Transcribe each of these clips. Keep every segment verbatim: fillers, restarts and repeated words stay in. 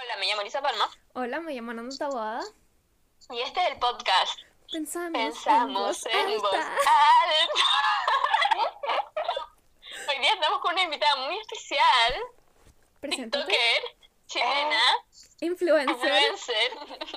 Hola, me llamo Lisa Palma Hola, me llamo Nanda Taboada. y este es el podcast Pensamos, Pensamos en en voz voz alta. alta. Hoy día estamos con una invitada muy especial, Preséntate. TikToker, chilena, Influencer. influencer,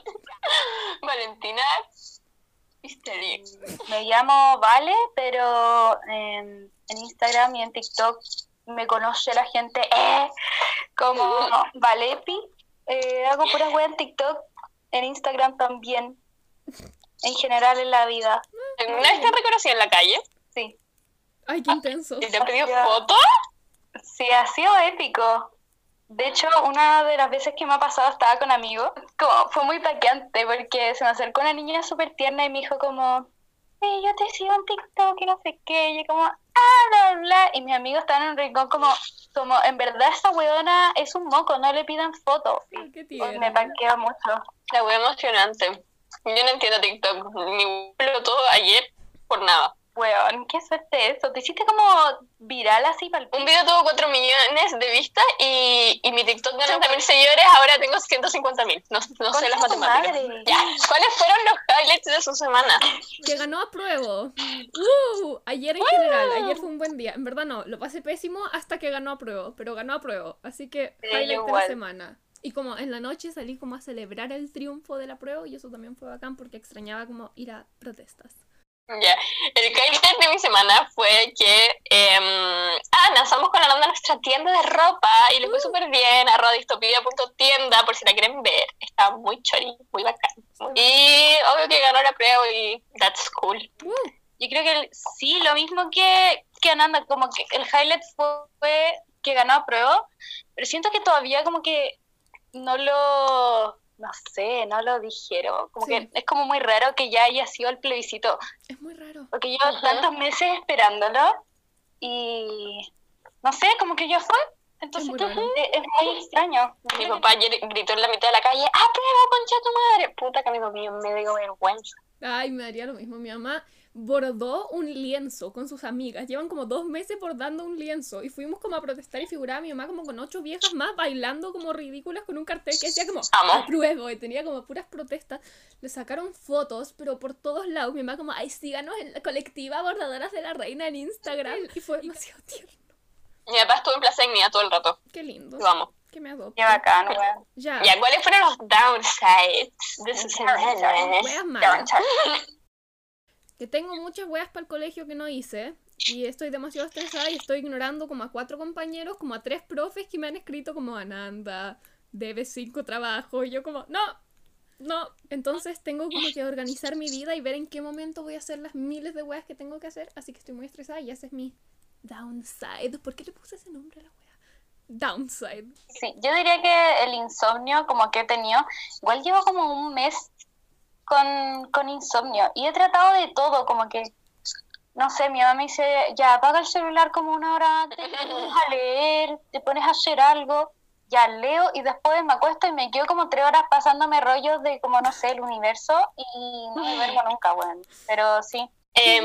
Valentina Isteli. Me llamo Vale, pero en, en Instagram y en TikTok me conoce la gente eh, como Valepi. Eh, hago puras weas en TikTok, en Instagram también, en general en la vida. ¿Alguna vez te han reconocido en la calle? Sí, Ay, qué intenso. ¿Y te han pedido Ya. fotos? sí, ha sido épico. De hecho, una de las veces que me ha pasado estaba con amigos, como fue muy paqueante porque se me acercó una niña súper tierna y me dijo como, hey, yo te sigo en TikTok y no sé qué, y yo como, ah, bla, bla, bla, y mis amigos estaban en un rincón como, como, en verdad esa weona es un moco, no le pidan fotos. Ay, qué Y tierno. me paquea mucho. La wea emocionante. Yo no entiendo TikTok, ni todo ayer por nada. Weón, qué suerte eso. Te hiciste como viral así para el Un video tuvo cuatro millones de vistas y, y mi TikTok de noventa mil seguidores, ahora tengo ciento cincuenta mil. No, no sé las Concha tu matemáticas. madre. Ya, ¿cuáles fueron los highlights de su semana? Que ganó a prueba. Uh, ayer en general, ayer fue un buen día. En verdad no, lo pasé pésimo hasta que ganó a prueba, pero ganó a prueba. Así que Sí, highlight de la igual. semana. Y como en la noche salí como a celebrar el triunfo de la prueba y eso también fue bacán porque extrañaba como ir a protestas. Ya, el highlight de mi semana fue que eh, ah, lanzamos con la Nanda nuestra tienda de ropa y le fue súper bien, arroba distopía punto tienda por si la quieren ver. Está muy chori, muy bacán. Y obvio que ganó la prueba y that's cool. Uh, Yo creo que el- sí, lo mismo que, que Ananda, como que el highlight fue, fue que ganó a prueba, pero siento que todavía como que no lo, no sé, no lo dijeron, como Sí. que es como muy raro que ya haya sido el plebiscito, es muy raro. porque llevo Ajá. tantos meses esperándolo y no sé, como que ya fue, entonces Es muy raro. es, es muy extraño. Mi papá ayer gritó en la mitad de la calle, ¡aprueba, concha tu madre! Puta que amigo mío, me dio vergüenza. Ay, me daría lo mismo. Mi mamá bordó un lienzo con sus amigas. Llevan como dos meses bordando un lienzo. Y fuimos como a protestar y figuraba mi mamá como con ocho viejas más bailando como ridículas con un cartel que decía como Amo. apruebo. Y tenía como puras protestas. Le sacaron fotos, pero por todos lados. Mi mamá como, ay, síganos en la colectiva Bordadoras de la Reina en Instagram. Y fue demasiado tierno. Mi papá estuvo en Plaza Dignidad todo el rato. Qué lindo. Lo amo. Que me adopte. Qué bacán, weón. Ya. Ya, ¿cuáles fueron los downsides de su semana? Weas malas. Que tengo muchas weas para el colegio que no hice y estoy demasiado estresada y estoy ignorando como a cuatro compañeros, como a tres profes que me han escrito como Ananda, debes cinco trabajos y yo como, no, no. Entonces tengo como que organizar mi vida y ver en qué momento voy a hacer las miles de weas que tengo que hacer, así que estoy muy estresada y ese es mi downside. ¿Por qué le puse ese nombre a la wea? Downside. Sí, yo diría que el insomnio como que he tenido, igual llevo como un mes con, con insomnio y he tratado de todo, como que, no sé, mi mamá me dice, ya apaga el celular como una hora antes, te pones a leer, te pones a hacer algo, ya leo y después me acuesto y me quedo como tres horas pasándome rollos de como, no sé, el universo y no me duermo nunca, bueno, pero sí. Eh,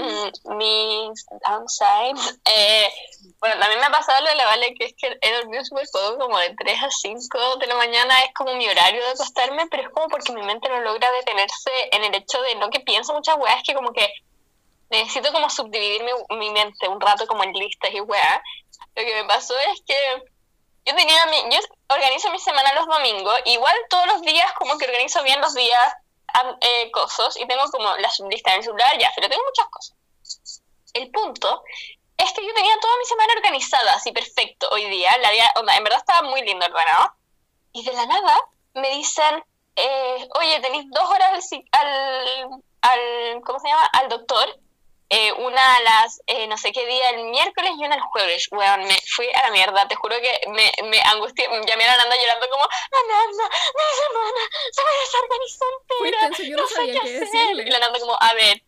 mis downsides. Eh, bueno, también me ha pasado lo de la Vale, que es que he dormido súper poco, como de tres a cinco de la mañana, es como mi horario de acostarme, pero es como porque mi mente no logra detenerse en el hecho de no que pienso muchas weas, es que como que necesito como subdividir mi, mi mente un rato como en listas y weas. Lo que me pasó es que yo tenía mi, yo organizo mi semana los domingos, igual todos los días como que organizo bien los días eh, cosas y tengo como la sublista en el celular, ya, pero tengo muchas cosas. El punto es que yo tenía toda mi semana organizada, así perfecto, hoy día, la día, onda, en verdad estaba muy lindo ordenado, y de la nada me dicen, eh, oye, tenéis dos horas al, al, al, ¿cómo se llama? Al doctor, eh, una a las, eh, no sé qué día, el miércoles y una el jueves. Weón, me fui a la mierda, te juro que me, me angustié, llamé a Nanda llorando como, Nanda, mi semana se va a desorganizar Fue entera, intenso, yo no sé sabía qué hacer. decirle. Y la Nanda como, a ver,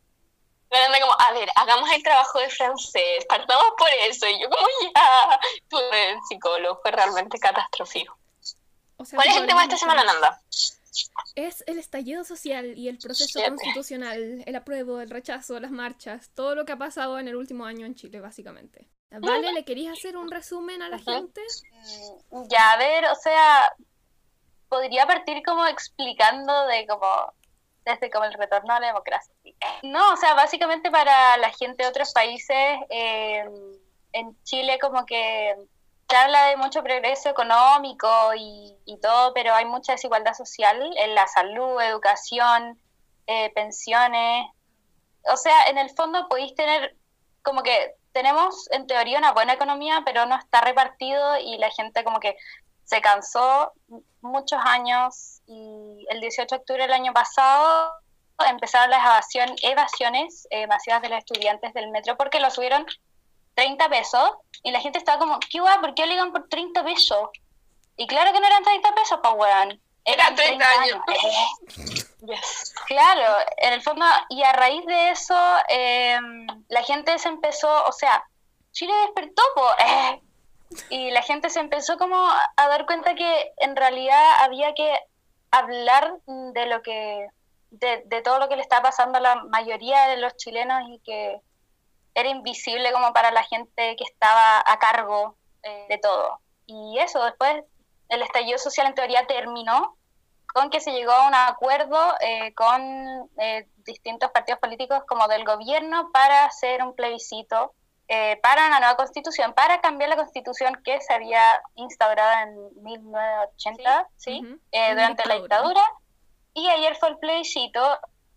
la Nanda como, a ver, hagamos el trabajo de francés, partamos por eso, y yo como, ya, tuve el psicólogo, fue realmente catastrófico. O sea, ¿Cuál es tu el tema de esta problema semana, Nanda? es el estallido social y el proceso Siete. constitucional, el apruebo, el rechazo, las marchas, todo lo que ha pasado en el último año en Chile, básicamente. Vale, ¿le querías hacer un resumen a la Ajá. gente? Mm, Ya, a ver, o sea, podría partir como explicando de como, desde como el retorno a la democracia. No, o sea, básicamente para la gente de otros países, eh, en Chile como que se habla de mucho progreso económico y, y todo, pero hay mucha desigualdad social en la salud, educación, eh, pensiones. O sea, en el fondo podéis tener como que tenemos en teoría una buena economía, pero no está repartido y la gente como que se cansó muchos años y el dieciocho de octubre del año pasado empezaron las evasión, evasiones eh, masivas de los estudiantes del metro porque lo subieron treinta pesos y la gente estaba como, ¿qué guay? ¿Por qué obligan por treinta pesos? Y claro que no eran treinta pesos, pa' weón. Eran treinta años. años. Yes. Claro, en el fondo, y a raíz de eso, eh, la gente se empezó, o sea, Chile despertó, po, eh, y la gente se empezó como a dar cuenta que en realidad había que hablar de lo que, de, de todo lo que le está pasando a la mayoría de los chilenos y que era invisible como para la gente que estaba a cargo eh, de todo. Y eso, después el estallido social en teoría terminó con que se llegó a un acuerdo eh, con eh, distintos partidos políticos como del gobierno para hacer un plebiscito eh, para una nueva constitución, para cambiar la constitución que se había instaurado en mil novecientos ochenta, ¿sí? ¿Sí? Uh-huh. eh, durante la dictadura. Y ayer fue el plebiscito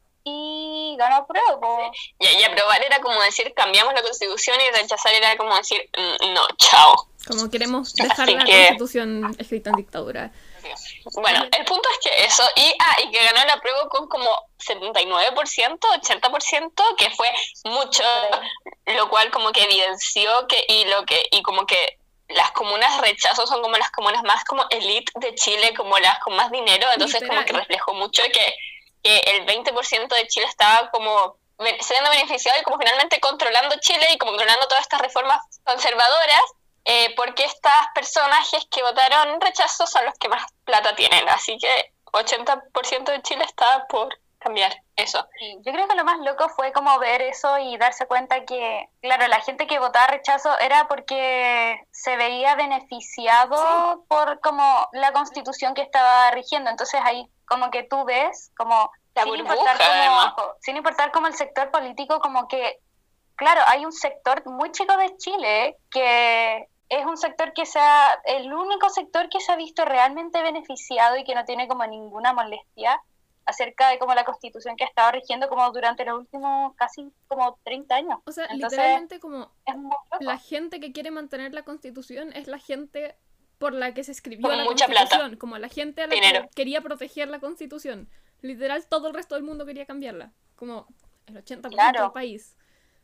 y ganó prueba. Y, y aprobar era como decir cambiamos la constitución y rechazar era como decir no, chao. Como queremos dejar Así la que... constitución escrita en dictadura. Bueno, el punto es que eso, y ah y que ganó el apruebo con como setenta y nueve por ciento, ochenta por ciento, que fue mucho, lo cual como que evidenció que, y lo que, y como que las comunas rechazo son como las comunas más como elite de Chile, como las con más dinero, entonces Literal. Como que reflejó mucho que, que el veinte por ciento de Chile estaba como siendo beneficiado y como finalmente controlando Chile y como controlando todas estas reformas conservadoras. Eh, porque estos personajes que votaron rechazo son los que más plata tienen, así que ochenta por ciento de Chile está por cambiar eso. Yo creo que lo más loco fue como ver eso y darse cuenta que, claro, la gente que votaba rechazo era porque se veía beneficiado sí. por como la constitución que estaba rigiendo, entonces ahí como que tú ves como, la sin, burbuja, importar como sin importar como el sector político, como que, claro, hay un sector muy chico de Chile que... es un sector que se ha, el único sector que se ha visto realmente beneficiado y que no tiene como ninguna molestia acerca de como la constitución que ha estado rigiendo como durante los últimos casi como treinta años. O sea, Entonces, literalmente como la gente que quiere mantener la constitución es la gente por la que se escribió con la mucha constitución, plata. Como la gente a la Dinero. Que quería proteger la constitución. Literal, todo el resto del mundo quería cambiarla, como el ochenta por ciento claro. del país.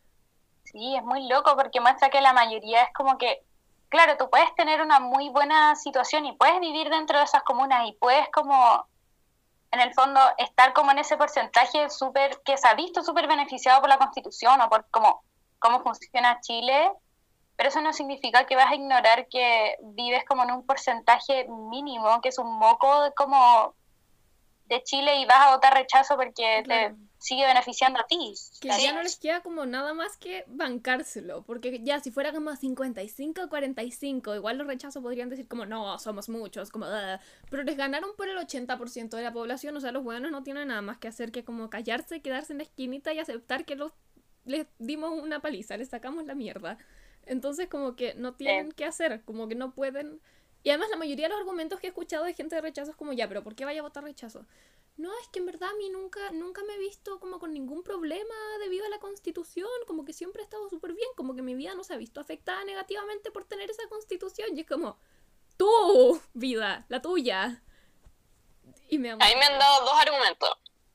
Sí, es muy loco porque muestra que la mayoría es como que claro, tú puedes tener una muy buena situación y puedes vivir dentro de esas comunas y puedes como, en el fondo, estar como en ese porcentaje súper, que se ha visto súper beneficiado por la Constitución o por cómo, cómo funciona Chile, pero eso no significa que vas a ignorar que vives como en un porcentaje mínimo, que es un moco de, como de Chile y vas a votar rechazo porque claro. te sigue beneficiando a ti. Que ¿sí? Ya no les queda como nada más que bancárselo, porque ya si fuera como cincuenta y cinco a cuarenta y cinco, igual los rechazos podrían decir como no, somos muchos, como uh, pero les ganaron por el ochenta por ciento de la población, o sea, los buenos no tienen nada más que hacer que como callarse, quedarse en la esquinita y aceptar que los les dimos una paliza, les sacamos la mierda. Entonces como que no tienen eh. que hacer, como que no pueden. Y además la mayoría de los argumentos que he escuchado de gente de rechazo es como ya, pero ¿por qué vaya a votar rechazo? No, es que en verdad a mí nunca, nunca me he visto como con ningún problema debido a la Constitución, como que siempre he estado súper bien, como que mi vida no se ha visto afectada negativamente por tener esa Constitución, y es como, tu vida, la tuya. Y me han... A mí me han dado dos argumentos.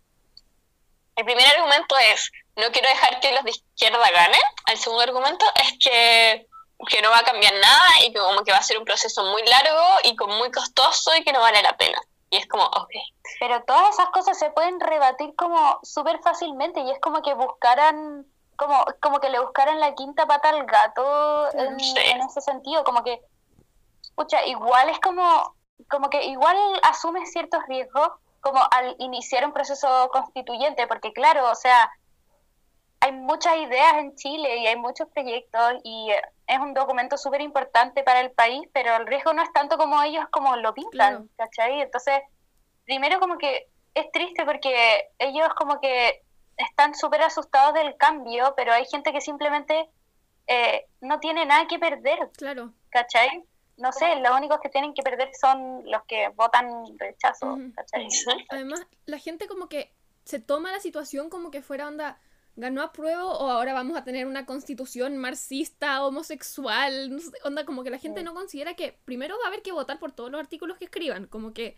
El primer argumento es, no quiero dejar que los de izquierda ganen. El segundo argumento es que, que no va a cambiar nada y que como que va a ser un proceso muy largo y como muy costoso y que no vale la pena. Y es como, ok. Pero todas esas cosas se pueden rebatir como súper fácilmente y es como que buscaran, como, como que le buscaran la quinta pata al gato en, sí. en ese sentido, como que, pucha, igual es como, como que igual asumes ciertos riesgos como al iniciar un proceso constituyente, porque claro, o sea, hay muchas ideas en Chile y hay muchos proyectos y es un documento súper importante para el país, pero el riesgo no es tanto como ellos como lo pintan, claro. ¿Cachai? Entonces, primero como que es triste porque ellos como que están súper asustados del cambio, pero hay gente que simplemente eh, no tiene nada que perder, claro. ¿Cachai? No sé, los únicos que tienen que perder son los que votan rechazo, uh-huh. ¿Cachai? Además, la gente como que se toma la situación como que fuera onda, ganó apruebo o ahora vamos a tener una constitución marxista, homosexual, no sé, onda como que la gente uh-huh. no considera que primero va a haber que votar por todos los artículos que escriban, como que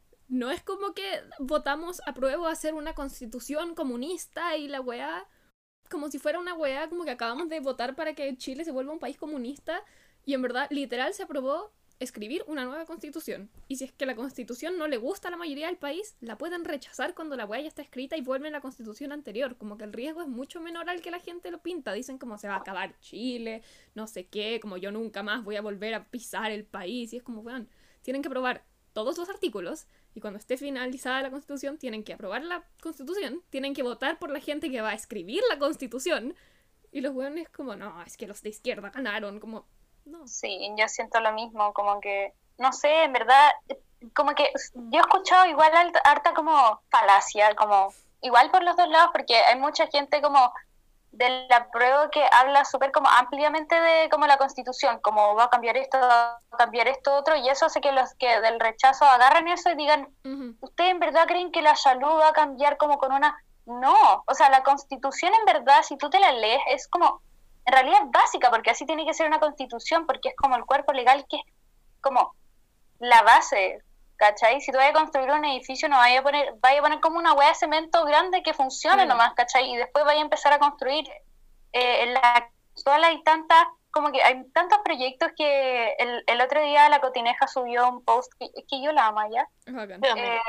no es como que votamos apruebo a hacer una constitución comunista y la weá, como si fuera una weá, como que acabamos de votar para que Chile se vuelva un país comunista y en verdad, literal, se aprobó escribir una nueva constitución. Y si es que la constitución no le gusta a la mayoría del país, la pueden rechazar cuando la weá ya está escrita y vuelven a la constitución anterior. Como que el riesgo es mucho menor al que la gente lo pinta. Dicen como se va a acabar Chile, no sé qué, como yo nunca más voy a volver a pisar el país. Y es como, weón, tienen que aprobar todos los artículos y cuando esté finalizada la constitución tienen que aprobar la constitución, tienen que votar por la gente que va a escribir la constitución y los weones como, no, es que los de izquierda ganaron, como, no. Sí, yo siento lo mismo, como que, no sé, en verdad, como que yo he escuchado igual harta como falacia, como, igual por los dos lados, porque hay mucha gente como de la prueba que habla súper como ampliamente de como la constitución, como va a cambiar esto, va a cambiar esto otro, y eso hace que los que del rechazo agarren eso y digan, uh-huh. ¿ustedes en verdad creen que la salud va a cambiar como con una...? No, o sea, la constitución en verdad, si tú te la lees, es como, en realidad es básica, porque así tiene que ser una constitución, porque es como el cuerpo legal que es como la base, ¿cachai? Si tú vas a construir un edificio, no vaya a poner, vaya a poner como una hueá de cemento grande que funcione, claro. Nomás, ¿cachai? Y después vaya a empezar a construir. Eh, en la actual hay tantas, como que hay tantos proyectos que el, el otro día la Cotineja subió un post que, que yo la amo ya. Eh,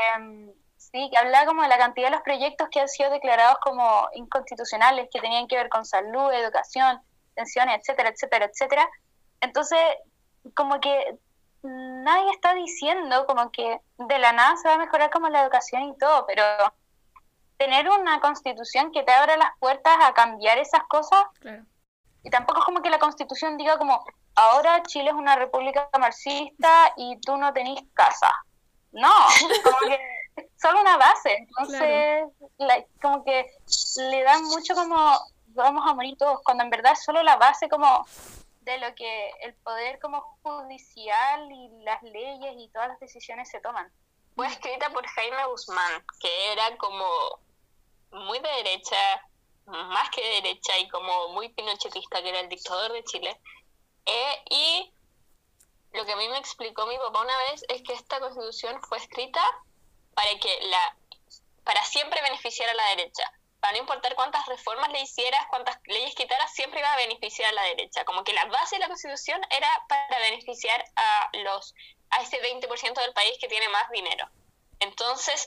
sí, que hablaba como de la cantidad de los proyectos que han sido declarados como inconstitucionales, que tenían que ver con salud, educación, pensiones, etcétera, etcétera, etcétera. Entonces, como que nadie está diciendo como que de la nada se va a mejorar como la educación y todo, pero tener una constitución que te abra las puertas a cambiar esas cosas, claro. Y tampoco es como que la constitución diga como, ahora Chile es una república marxista y tú no tenés casa. No, como que es solo una base, entonces claro. la, como que le dan mucho como, vamos a morir todos, cuando en verdad es solo la base como de lo que el poder como judicial y las leyes y todas las decisiones se toman. Fue escrita por Jaime Guzmán, que era como muy de derecha, más que de derecha y como muy pinochetista, que era el dictador de Chile. Eh, y lo que a mí me explicó mi papá una vez es que esta constitución fue escrita para que la para siempre beneficiar a la derecha. Para no importar cuántas reformas le hicieras, cuántas leyes quitaras, siempre iba a beneficiar a la derecha. Como que la base de la Constitución era para beneficiar a los a ese veinte por ciento del país que tiene más dinero. Entonces,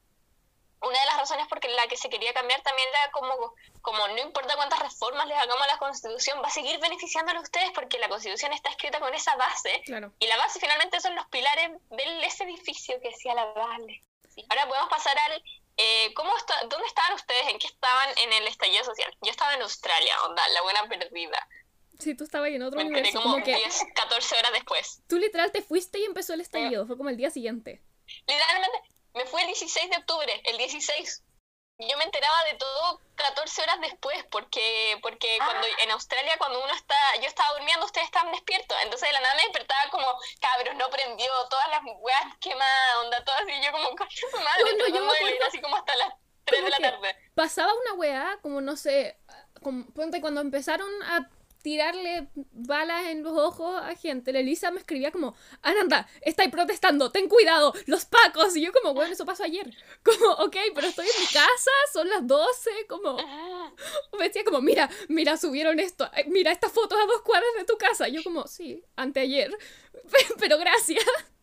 una de las razones por la que se quería cambiar también era como, como no importa cuántas reformas les hagamos a la Constitución, va a seguir beneficiándole a ustedes porque la Constitución está escrita con esa base. Claro. Y la base finalmente son los pilares de ese edificio que decía la Vale. Sí. Ahora podemos pasar al... Eh, ¿cómo está, ¿Dónde estaban ustedes? ¿En qué estaban en el estallido social? Yo estaba en Australia, onda, la buena perdida. Sí, tú estabas en otro Me enteré universo. como, como que diez, catorce horas después. Tú literal te fuiste y empezó el estallido, fue como el día siguiente. Literalmente, me fui el dieciséis de octubre, el dieciséis. Yo me enteraba de todo catorce horas después, porque porque ah. cuando en Australia, cuando uno está... Yo estaba durmiendo, ustedes estaban despiertos. Entonces de la nada me despertaba como, cabros, no prendió, todas las weas quemadas, onda, todas así. Yo como, coño, su madre, bueno, tratando de leer así como hasta las tres de la tarde. Pasaba una wea, como no sé, como, ponte, cuando empezaron a tirarle balas en los ojos a gente, la Elisa me escribía como, Ananda, estáis protestando, ten cuidado, los pacos, y yo como, bueno, eso pasó ayer, como, ok, pero estoy en mi casa, son las doce, como, me decía como, mira, mira, subieron esto, mira estas fotos a dos cuadras de tu casa, yo como, sí, anteayer, pero gracias.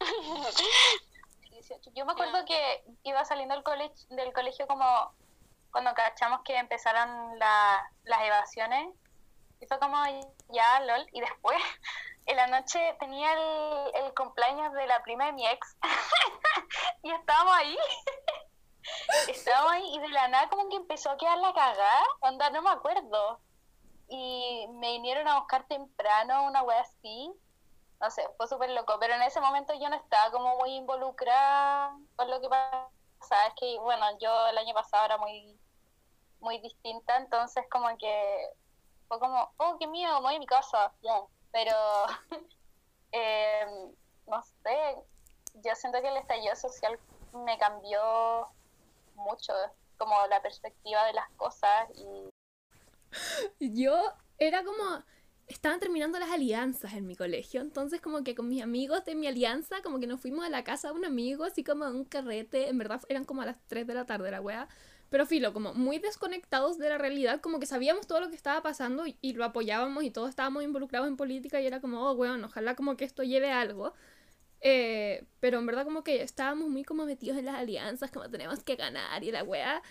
Yo me acuerdo que iba saliendo del colegio, del colegio como cuando cachamos que empezaron la, las evasiones, y fue como, ya, lol, y después, en la noche tenía el, el cumpleaños de la prima de mi ex, y estábamos ahí, estábamos ahí y de la nada como que empezó a quedar la cagada, onda, no me acuerdo. Y me vinieron a buscar temprano, una wea así. No sé, fue súper loco, pero en ese momento yo no estaba como muy involucrada con lo que pasaba. Es que, bueno, yo el año pasado era muy, muy distinta, entonces como que fue como, oh, qué miedo, me voy a mi casa, ya. Pero, eh, no sé, yo siento que el estallido social me cambió mucho, como la perspectiva de las cosas y... Yo era como... Estaban terminando las alianzas en mi colegio, entonces como que con mis amigos de mi alianza, como que nos fuimos a la casa de un amigo, así como a un carrete, en verdad eran como a las tres de la tarde la wea, pero filo, como muy desconectados de la realidad, como que sabíamos todo lo que estaba pasando y, y lo apoyábamos y todos estábamos involucrados en política y era como, oh, weón, ojalá como que esto lleve a algo. Eh, pero en verdad como que estábamos muy como metidos en las alianzas, como tenemos que ganar y la wea.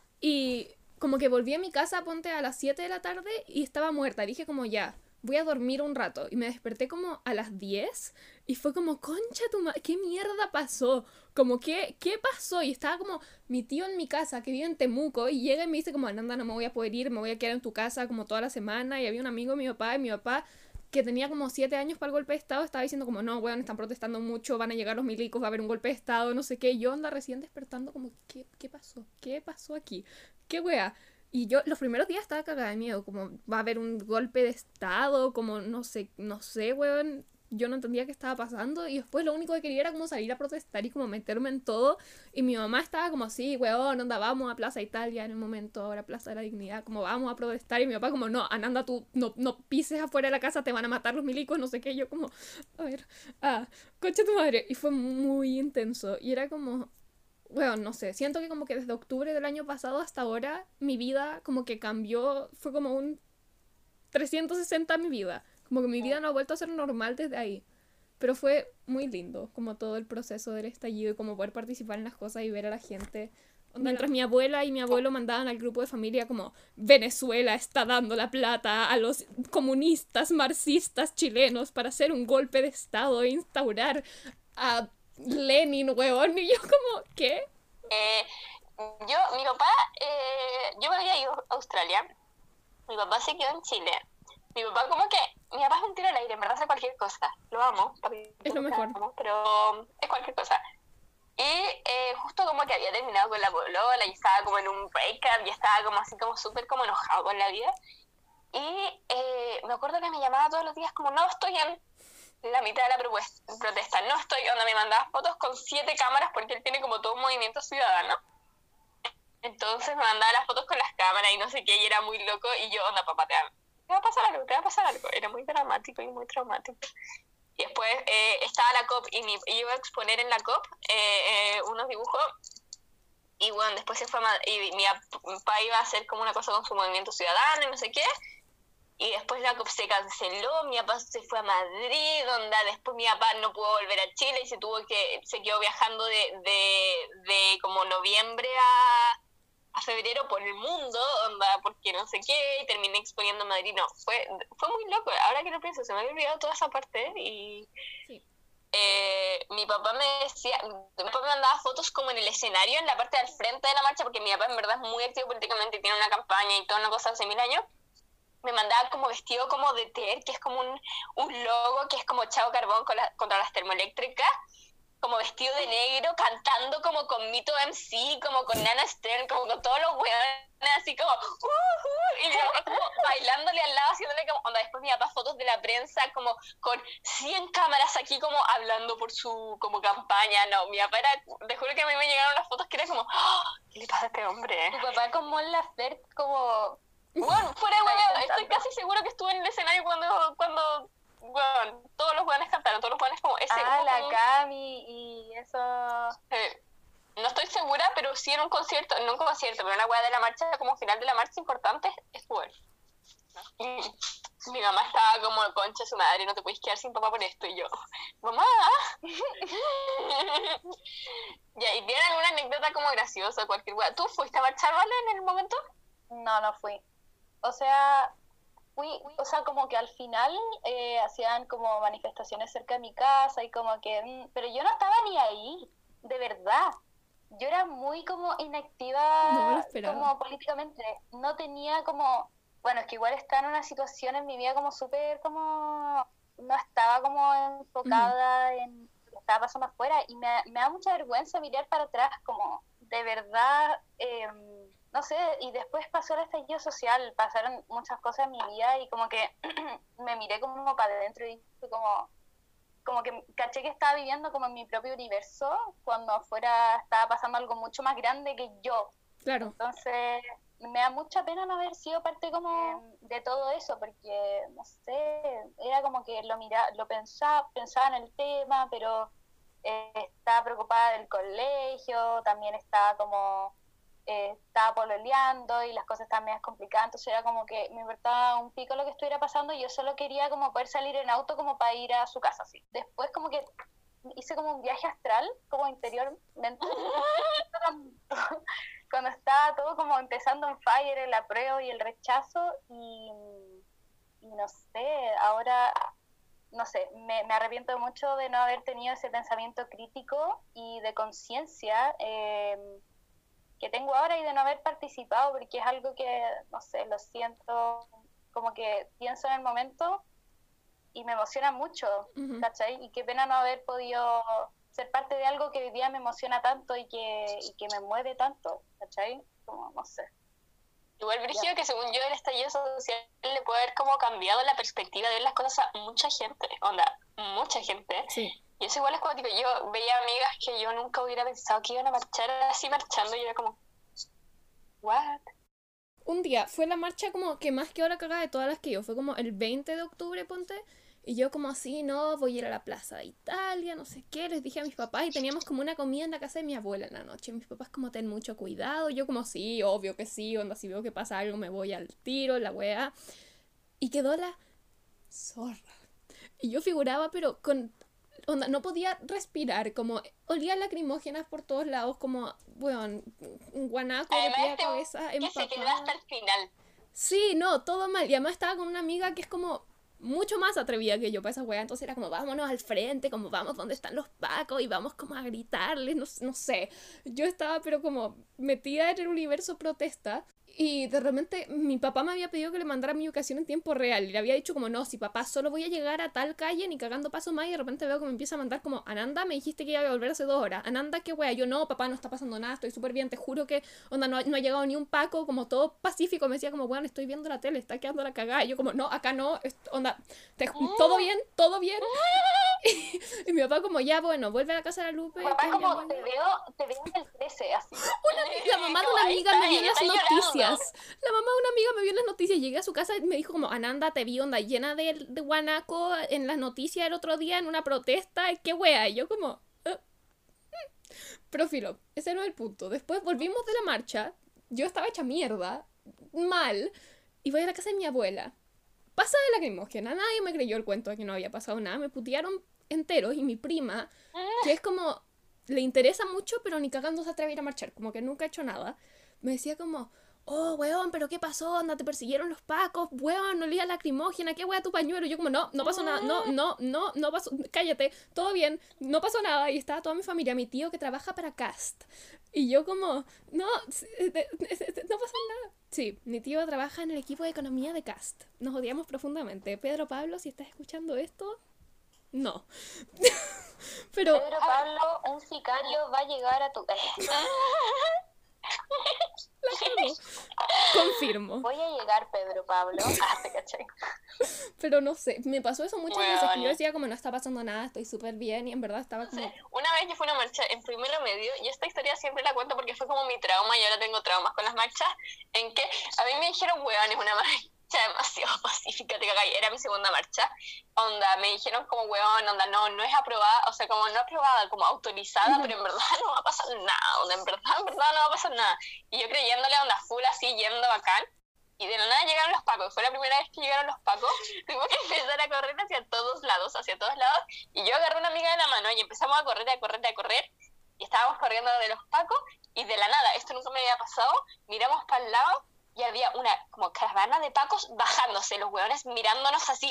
Y como que volví a mi casa, ponte a las siete de la tarde y estaba muerta. Dije como ya, voy a dormir un rato. Y me desperté como a las diez y fue como, concha tu madre, ¿qué mierda pasó? Como, ¿qué, ¿qué pasó? Y estaba como mi tío en mi casa, que vive en Temuco, y llega y me dice como, Ananda, no me voy a poder ir, me voy a quedar en tu casa como toda la semana. Y había un amigo de mi papá, y mi papá, que tenía como siete años para el golpe de estado, estaba diciendo como, no, weón, están protestando mucho, van a llegar los milicos, va a haber un golpe de estado, no sé qué. Y yo anda recién despertando como, ¿qué, qué pasó? ¿Qué pasó aquí? ¿Qué wea? Y yo los primeros días estaba cagada de miedo, como va a haber un golpe de estado, como no sé, no sé, weón. Yo no entendía qué estaba pasando y después lo único que quería era como salir a protestar y como meterme en todo. Y mi mamá estaba como, sí, weón, onda, vamos a Plaza Italia en el momento, ahora Plaza de la Dignidad, como vamos a protestar. Y mi papá como, no, Ananda, tú no, no pises afuera de la casa, te van a matar los milicos, no sé qué. Y yo como, a ver, ah, concha tu madre. Y fue muy intenso y era como... Bueno, no sé, siento que como que desde octubre del año pasado hasta ahora mi vida como que cambió, fue como un trescientos sesenta mi vida, como que mi vida no ha vuelto a ser normal desde ahí, pero fue muy lindo como todo el proceso del estallido y como poder participar en las cosas y ver a la gente. Mientras mi abuela y mi abuelo mandaban al grupo de familia como Venezuela está dando la plata a los comunistas marxistas chilenos para hacer un golpe de estado e instaurar a Lenin, weón, y yo como, ¿qué? Eh, yo, mi papá, eh, yo me había ido a Australia, mi papá se quedó en Chile, mi papá como que, mi papá es un tiro al aire, en verdad hace cualquier cosa, lo amo, papi, es lo mejor, amo, pero es cualquier cosa. Y eh, justo como que había terminado con la polola y estaba como en un breakup y estaba como así como súper como enojado con la vida. Y eh, me acuerdo que me llamaba todos los días como, no, estoy en la mitad de la propuesta, protesta, no estoy, onda, me mandaba fotos con siete cámaras porque él tiene como todo un movimiento ciudadano. Entonces me mandaba las fotos con las cámaras y no sé qué, y era muy loco, y yo, onda, papá, te va, te va a pasar algo, te va a pasar algo. Era muy dramático y muy traumático. Y después eh, estaba la COP y mi, iba a exponer en la COP eh, eh, unos dibujos, y bueno, después se fue a Madrid, y mi papá iba a hacer como una cosa con su movimiento ciudadano y no sé qué. Y después la COP se canceló, mi papá se fue a Madrid, donde después mi papá no pudo volver a Chile y se tuvo que, se quedó viajando de, de, de como noviembre a, a febrero por el mundo, onda, porque no sé qué, y terminé exponiendo en Madrid. No, fue, fue muy loco, ahora que lo pienso, se me había olvidado toda esa parte, y sí. eh, mi papá me decía, mi papá me mandaba fotos como en el escenario, en la parte del frente de la marcha, porque mi papá en verdad es muy activo políticamente y tiene una campaña y toda una cosa hace mil años. Me mandaba como vestido como de T E R, que es como un, un logo que es como Chao Carbón con la, contra las termoeléctricas, como vestido de negro, cantando como con Mito M C, como con Nana Stern, como con todos los hueones, así como, uh, uh, y mi papá como bailándole al lado, haciéndole como, onda, después mi papá fotos de la prensa, como con cien cámaras aquí, como hablando por su, como campaña. No, mi papá era, te juro que a mí me llegaron las fotos que era como, oh, ¿qué le pasa a este hombre? Tu papá como en la Fert, como... Bueno, fuera de huevo, estoy casi seguro que estuve en el escenario cuando, cuando bueno, todos los hueones cantaron, todos los hueones como ese. Ah, la como... Cami y eso. Eh, no estoy segura, pero sí en un concierto, no un concierto, pero una hueá de la marcha, como final de la marcha importante, estuvo él. Y mi mamá estaba como, concha de su madre, no te puedes quedar sin papá por esto. Y yo, mamá. Ya, ¿y tienen alguna anécdota como graciosa, cualquier hueá? ¿Tú fuiste a marchar, vale, en el momento? No, no fui. O sea, fui, o sea, como que al final eh, hacían como manifestaciones cerca de mi casa y como que, pero yo no estaba ni ahí, de verdad. yo era muy como No me lo inactiva esperaba. como políticamente. No tenía como, bueno, es que igual estaba en una situación en mi vida como súper como, no estaba como enfocada en lo que estaba pasando afuera y me, me da mucha vergüenza mirar para atrás como, de verdad, eh, no sé, y después pasó el estallido social, pasaron muchas cosas en mi vida y como que me miré como para adentro y dije como, como que caché que estaba viviendo como en mi propio universo cuando afuera estaba pasando algo mucho más grande que yo. Claro. Entonces me da mucha pena no haber sido parte como de todo eso, porque no sé, era como que lo miraba, lo pensaba, pensaba en el tema, pero eh, estaba preocupada del colegio, también estaba como eh, estaba pololeando y las cosas estaban medio complicadas, entonces era como que me importaba un pico lo que estuviera pasando y yo solo quería como poder salir en auto como para ir a su casa, así. Después como que hice como un viaje astral, como interiormente, cuando estaba todo como empezando en fire, el apruebo y el rechazo y, y no sé, ahora no sé, me, me arrepiento mucho de no haber tenido ese pensamiento crítico y de conciencia eh, que tengo ahora y de no haber participado, porque es algo que, no sé, lo siento, como que pienso en el momento y me emociona mucho, Uh-huh. ¿cachai? Y qué pena no haber podido ser parte de algo que hoy día me emociona tanto y que, y que me mueve tanto, ¿cachai? Como, no sé. Igual, Brígido, que según yo el estallido social le puede haber como cambiado la perspectiva de ver las cosas a mucha gente, onda, mucha gente. Sí. Y eso igual es como, tipo, yo veía amigas que yo nunca hubiera pensado que iban a marchar así marchando y era como, ¿what? Un día fue la marcha como que más que hora cagada de todas las que yo. Fue como el veinte de octubre, ponte. Y yo como así, no, voy a ir a la Plaza de Italia, no sé qué. Les dije a mis papás y teníamos como una comida en la casa de mi abuela en la noche. Mis papás como, ten mucho cuidado. Yo como, sí, obvio que sí. Onda, si veo que pasa algo me voy al tiro, la weá. Y quedó la zorra. Y yo figuraba, pero con... Onda, no podía respirar, como olía lacrimógenas por todos lados, como, bueno, un guanaco de pie a Además, cabeza, te, que se quedó empapada. hasta el final. Sí, no, todo mal. Y además estaba con una amiga que es como mucho más atrevida que yo para esa weá. Entonces era como, vámonos al frente, como vamos donde están los pacos y vamos como a gritarles, no, no sé. Yo estaba pero como metida en el universo protesta. Y de repente mi papá me había pedido que le mandara mi ubicación en tiempo real. Y le había dicho como, no, si papá, solo voy a llegar a tal calle ni cagando paso más. Y de repente veo que me empieza a mandar como, Ananda, me dijiste que iba a volver hace dos horas. Ananda, qué wea. Yo, no, papá, no está pasando nada, estoy súper bien, te juro que, onda, no, no ha llegado ni un paco, como todo pacífico. Me decía como, bueno, estoy viendo la tele, está quedando la cagada. Y yo como, no, acá no, es, onda, te, todo bien, todo bien. Y, y mi papá como, ya, bueno, vuelve a la casa de la Lupe. Papá como, te veo, te veo en el trece, así. Una, la mamá de una amiga me vio en las noticias. La mamá de una amiga me vio en las noticias. Llegué a su casa y me dijo como, Ananda, te vi onda llena de, de guanaco en las noticias el otro día en una protesta. ¿Qué wea? Y yo como... Uh. Pero filo, ese no es el punto. Después volvimos de la marcha. Yo estaba hecha mierda. Mal. Y voy a la casa de mi abuela. Pasa de lacrimógena. Nadie me creyó el cuento de que no había pasado nada. Me putearon enteros. Y mi prima, que es como... le interesa mucho, pero ni cagando se atreve a ir a marchar. Como que nunca ha hecho nada. Me decía como... oh, weón, ¿pero qué pasó? Onda, te persiguieron los pacos, weón, olía lacrimógena, ¿qué wea tu pañuelo? Y yo como, no, no pasó nada, no, no, no, no pasó, cállate, todo bien, no pasó nada. Y estaba toda mi familia, mi tío que trabaja para Cast. Y yo como, no, no pasó nada. Sí, mi tío trabaja en el equipo de economía de Cast. Nos odiamos profundamente. Pedro Pablo, si estás escuchando esto, no. Pero... Pedro Pablo, un sicario va a llegar a tu... confirmo. Voy a llegar, Pedro Pablo. Ah, te caché. Pero no sé, me pasó eso muchas bueno. veces que yo decía como no está pasando nada, estoy súper bien y en verdad estaba como... Sí. Una vez yo fui a una marcha en primero medio y esta historia siempre la cuento porque fue como mi trauma y ahora tengo traumas con las marchas, en que a mí me dijeron, weón, es una marcha demasiado pacífica, te cagáis, era mi segunda marcha, onda, me dijeron como, weón, onda, no, no es aprobada, o sea, como no aprobada, como autorizada, uh-huh. Pero en verdad no va a pasar nada, onda, en verdad, en verdad no va a pasar nada, y yo creyéndole, onda, full así, yendo bacán, y de la nada llegaron los pacos, fue la primera vez que llegaron los pacos, tuvimos que empezar a correr hacia todos lados, hacia todos lados, y yo agarré a una amiga de la mano y empezamos a correr, a correr, a correr, y estábamos corriendo de los pacos, y de la nada, esto nunca me había pasado, miramos para el lado, y había una como caravana de pacos bajándose, los hueones mirándonos así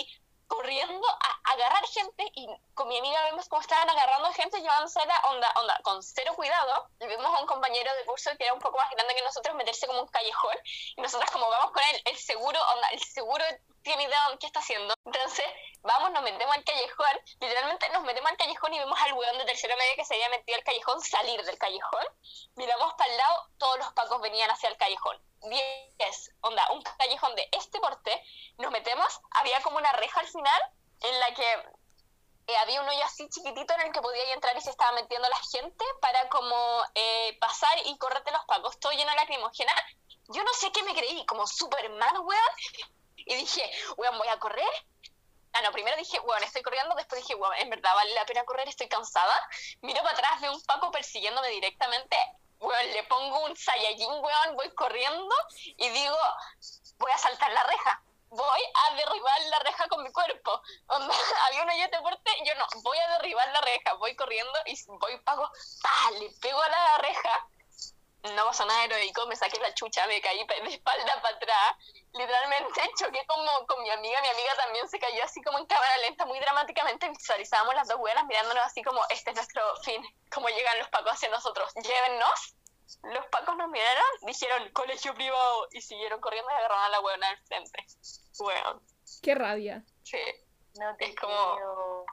corriendo a agarrar gente y con mi amiga vemos cómo estaban agarrando gente llevándose la onda, onda, con cero cuidado. Y vimos a un compañero de curso que era un poco más grande que nosotros meterse como un callejón y nosotras como vamos con él, el seguro, onda, el seguro tiene idea de qué está haciendo. Entonces vamos, nos metemos al callejón, literalmente nos metemos al callejón y vemos al weón de tercero medio que se había metido al callejón salir del callejón. Miramos para el lado, todos los pacos venían hacia el callejón. diez, onda, un callejón de este porte, nos metemos, había como una reja al final en la que eh, había un hoyo así chiquitito en el que podía entrar y se estaba metiendo la gente para como eh, pasar y correrte los pacos, todo lleno de lacrimógena. Yo no sé qué me creí, como Superman, weón, y dije, weón, voy a correr. Ah, no, primero dije, weón, estoy corriendo, después dije, weón, en verdad vale la pena correr, estoy cansada. Miro para atrás, veo un paco persiguiéndome directamente. Weón, le pongo un Saiyajin, weón, voy corriendo y digo, voy a saltar la reja, voy a derribar la reja con mi cuerpo. Onda, había un hoyo de porte, yo no, voy a derribar la reja, voy corriendo y voy, pago, pa, le pego a la reja. No pasó nada heroico, me saqué la chucha, me caí de espalda para atrás, literalmente choqué como con mi amiga, mi amiga también se cayó así como en cámara lenta, muy dramáticamente, visualizábamos las dos buenas mirándonos así como, este es nuestro fin, como llegan los pacos hacia nosotros, llévennos. Los pacos nos miraron, dijeron, colegio privado, y siguieron corriendo y agarraron a la huevona al frente. Weón. Qué rabia. Sí. No te Es como... creo.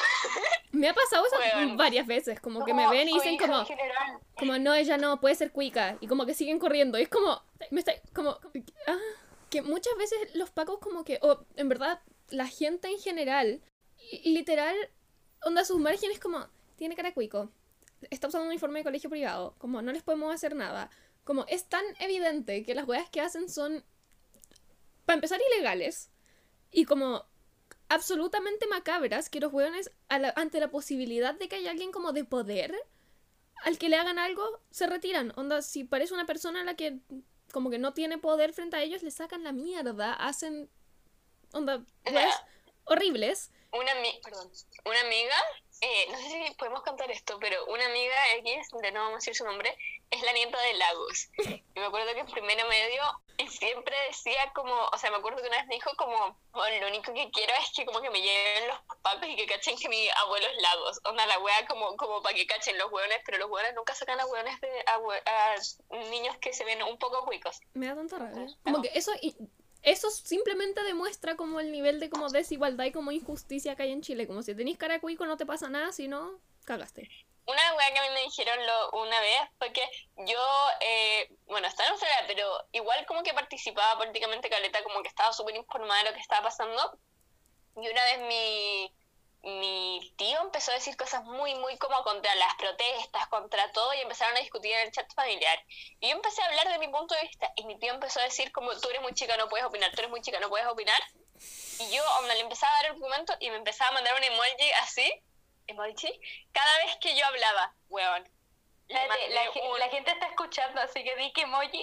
Me ha pasado eso Weón. varias veces, como que me Como ven y dicen cuica como, en general. como no, ella no, puede ser cuica, y como que siguen corriendo, y es como, me está, como, ah, que muchas veces los pacos como que, o en verdad, la gente en general, literal, onda sus márgenes como, tiene cara de cuico, está usando un uniforme de colegio privado, como no les podemos hacer nada, como es tan evidente que las weas que hacen son, para empezar, ilegales, y como absolutamente macabras, que los weones, a la, ante la posibilidad de que haya alguien como de poder al que le hagan algo, se retiran. Onda, si parece una persona a la que como que no tiene poder frente a ellos, le sacan la mierda, hacen onda, weas horribles. Una, ami- perdón, una amiga, eh, no sé si podemos contar esto, pero una amiga X, de no vamos a decir su nombre, es la nieta de Lagos. Y me acuerdo que en primero medio siempre decía como, o sea, me acuerdo que una vez me dijo como, bueno, lo único que quiero es que como que me lleven los pacos y que cachen que mi abuelo es Lagos. Onda, la wea como, como para que cachen los hueones, pero los hueones nunca sacan a hueones de a, hue- a niños que se ven un poco cuicos. Me da tanta rabia. Como que eso... Y, eso simplemente demuestra como el nivel de como desigualdad y como injusticia que hay en Chile. Como si tenés cara de cuico no te pasa nada, si no, cagaste. Una weá que a mí me dijeron lo, una vez fue que yo, eh, bueno, estaba en Australia, pero igual como que participaba políticamente caleta, como que estaba súper informada de lo que estaba pasando. Y una vez mi, mi tío empezó a decir cosas muy, muy como contra las protestas, contra todo, y empezaron a discutir en el chat familiar. Y yo empecé a hablar de mi punto de vista, y mi tío empezó a decir como, tú eres muy chica, no puedes opinar, tú eres muy chica, no puedes opinar. Y yo, onda, le empezaba a dar argumentos y me empezaba a mandar un emoji así, emoji, cada vez que yo hablaba, weón. Le Espérate, mandé la, ge- un, la gente está escuchando, así que di que emoji.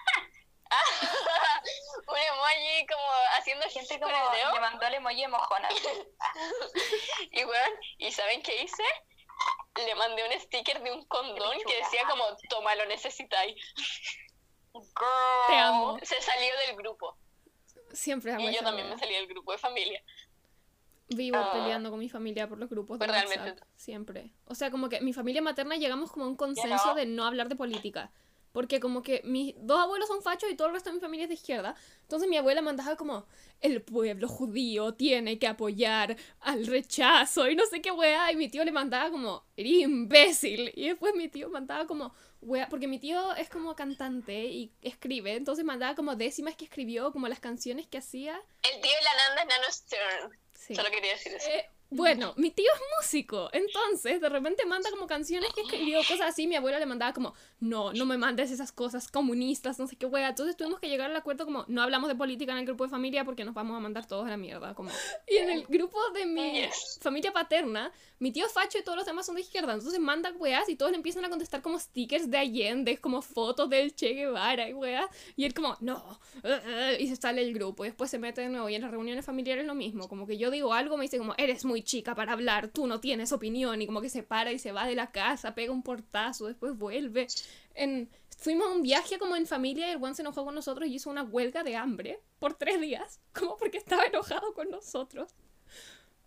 un emoji como haciendo Gente gente como con el dedo. le mandó el emoji de mojona. Y weón, ¿y saben qué hice? Le mandé un sticker de un condón que decía como, toma, lo necesitáis. Girl. Te amo. Se salió del grupo. Siempre amo Y yo esa también wea. me salí del grupo de familia. Vivo Ah. peleando con mi familia por los grupos de Pues WhatsApp. realmente. Siempre. O sea, como que mi familia materna llegamos como a un consenso no. de no hablar de política. Porque como que mis dos abuelos son fachos y todo el resto de mi familia es de izquierda. Entonces mi abuela mandaba como, el pueblo judío tiene que apoyar al rechazo y no sé qué wea. Y mi tío le mandaba como, eres imbécil. Y después mi tío mandaba como, wea, porque mi tío es como cantante y escribe. Entonces mandaba como décimas que escribió, como las canciones que hacía. El tío de la Nanda es Nano Stern. Sí. Solo quería decir eso. Eh, bueno, mi tío es músico, entonces de repente manda como canciones que escribió, cosas así, mi abuela le mandaba como, no, no me mandes esas cosas comunistas, no sé qué wea, entonces tuvimos que llegar al acuerdo como, no hablamos de política en el grupo de familia porque nos vamos a mandar todos a la mierda, como, y en el grupo de mi Yes. familia paterna, mi tío es facho y todos los demás son de izquierda, entonces manda weas y todos le empiezan a contestar como stickers de Allende, como fotos del Che Guevara y weas, y él como, no, uh, uh, y se sale el grupo, y después se mete de nuevo, y en las reuniones familiares lo mismo, como que yo digo algo, me dice como, eres muy chica para hablar, tú no tienes opinión, y como que se para y se va de la casa, pega un portazo, después vuelve. En, fuimos a un viaje como en familia y el Juan se enojó con nosotros y hizo una huelga de hambre por tres días, como porque estaba enojado con nosotros.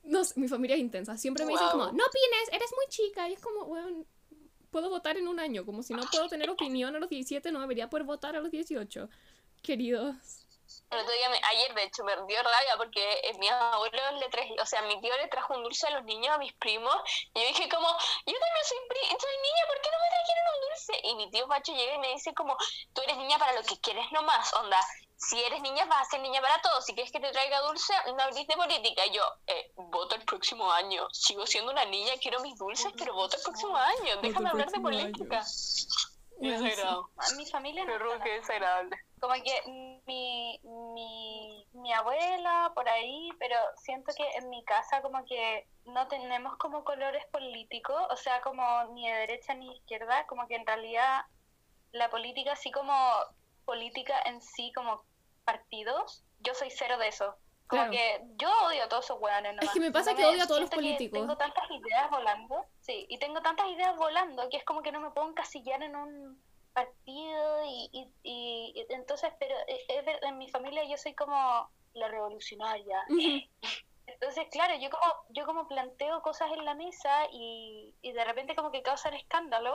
No sé, mi familia es intensa. Siempre me dicen Wow. como, no opines, eres muy chica. Y es como, bueno, puedo votar en un año. Como si no puedo tener opinión a los diecisiete, no debería poder votar a los dieciocho. Queridos. El otro día, me- ayer de hecho, me dio rabia porque eh, mi abuelo le traje, o sea, mi tío le trajo un dulce a los niños, a mis primos, y yo dije como, yo también soy, pri soy niña, ¿por qué no me trajeron un dulce? Y mi tío Pacho llega y me dice como, tú eres niña para lo que quieres nomás, onda, si eres niña vas a ser niña para todo, si quieres que te traiga dulce, no hables de política. Y yo, eh, voto el próximo año, sigo siendo una niña, quiero mis dulces, pero voto el próximo año, déjame el hablar de próximo política. Bueno, Qué desagradable. A mi familia no. Qué qué desagradable. Como que mi, mi, mi abuela por ahí, pero siento que en mi casa como que no tenemos como colores políticos, o sea, como ni de derecha ni de izquierda, como que en realidad la política, así como política en sí, como partidos, yo soy cero de eso. Como Claro. que yo odio a todos esos hueones nomás. Es que me pasa No que odio a todos los siento que políticos. Tengo tantas ideas volando, sí, y tengo tantas ideas volando que es como que no me puedo encasillar en un partido y, y, y, y entonces, pero es, es ver- en mi familia yo soy como la revolucionaria. Ujú. Entonces, claro, yo como yo como planteo cosas en la mesa y, y de repente como que causan escándalo,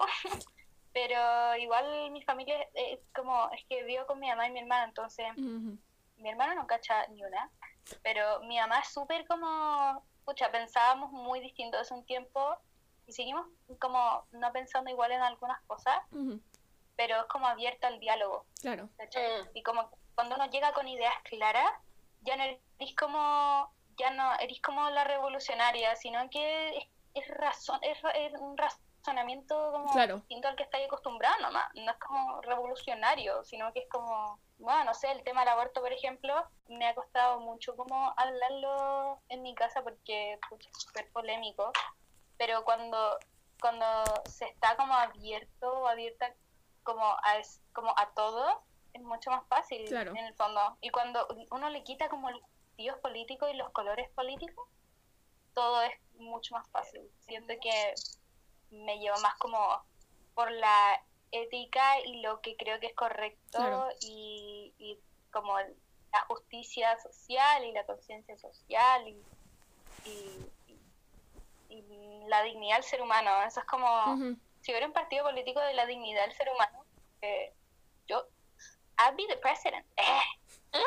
pero igual mi familia es, es como, es que vivo con mi mamá y mi hermana, entonces Ujú. mi hermano no cacha ni una, pero mi mamá es súper como, pucha, pensábamos muy distinto hace un tiempo y seguimos como no pensando igual en algunas cosas, Ujú. pero es como abierta al diálogo, Claro. ¿cachai? Mm. Y como cuando uno llega con ideas claras, ya no eres como, ya no eres como la revolucionaria, sino que es, es razón, es, ra- es un razonamiento como Claro. distinto al que estáis acostumbrado nomás, no es como revolucionario, sino que es como, bueno, no sé, el tema del aborto, por ejemplo, me ha costado mucho como hablarlo en mi casa porque pucha, es súper polémico, pero cuando, cuando se está como abierto o abierta como a, es- como a todo, es mucho más fácil Claro. en el fondo. Y cuando uno le quita como los tíos políticos y los colores políticos, todo es mucho más fácil. Siento que me llevo más como por la ética y lo que creo que es correcto Claro. y, y como la justicia social y la conciencia social y, y, y- y la dignidad del ser humano. Eso es como, Ujú. si hubiera un partido político de la dignidad del ser humano, eh, yo, I'd be the president. Eh.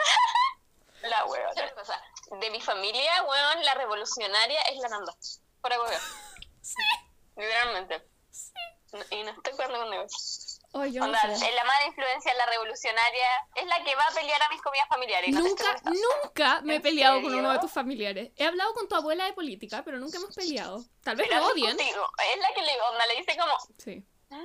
La hueva. Otra cosa, de mi familia, weón, la revolucionaria es la Nanda. Por ahí, weón. Sí. Literalmente. No- y no estoy jugando con Dios. Ay, yo no Onda, sé. es la mala influencia, la revolucionaria, es la que va a pelear a mis comidas familiares. y no te Nunca, estoy molestando. nunca me he ¿En peleado con serio? uno de tus familiares. He hablado con tu abuela de política, pero nunca hemos peleado. Tal vez me Pero odien. contigo, es la que le, onda, le dice como, Sí.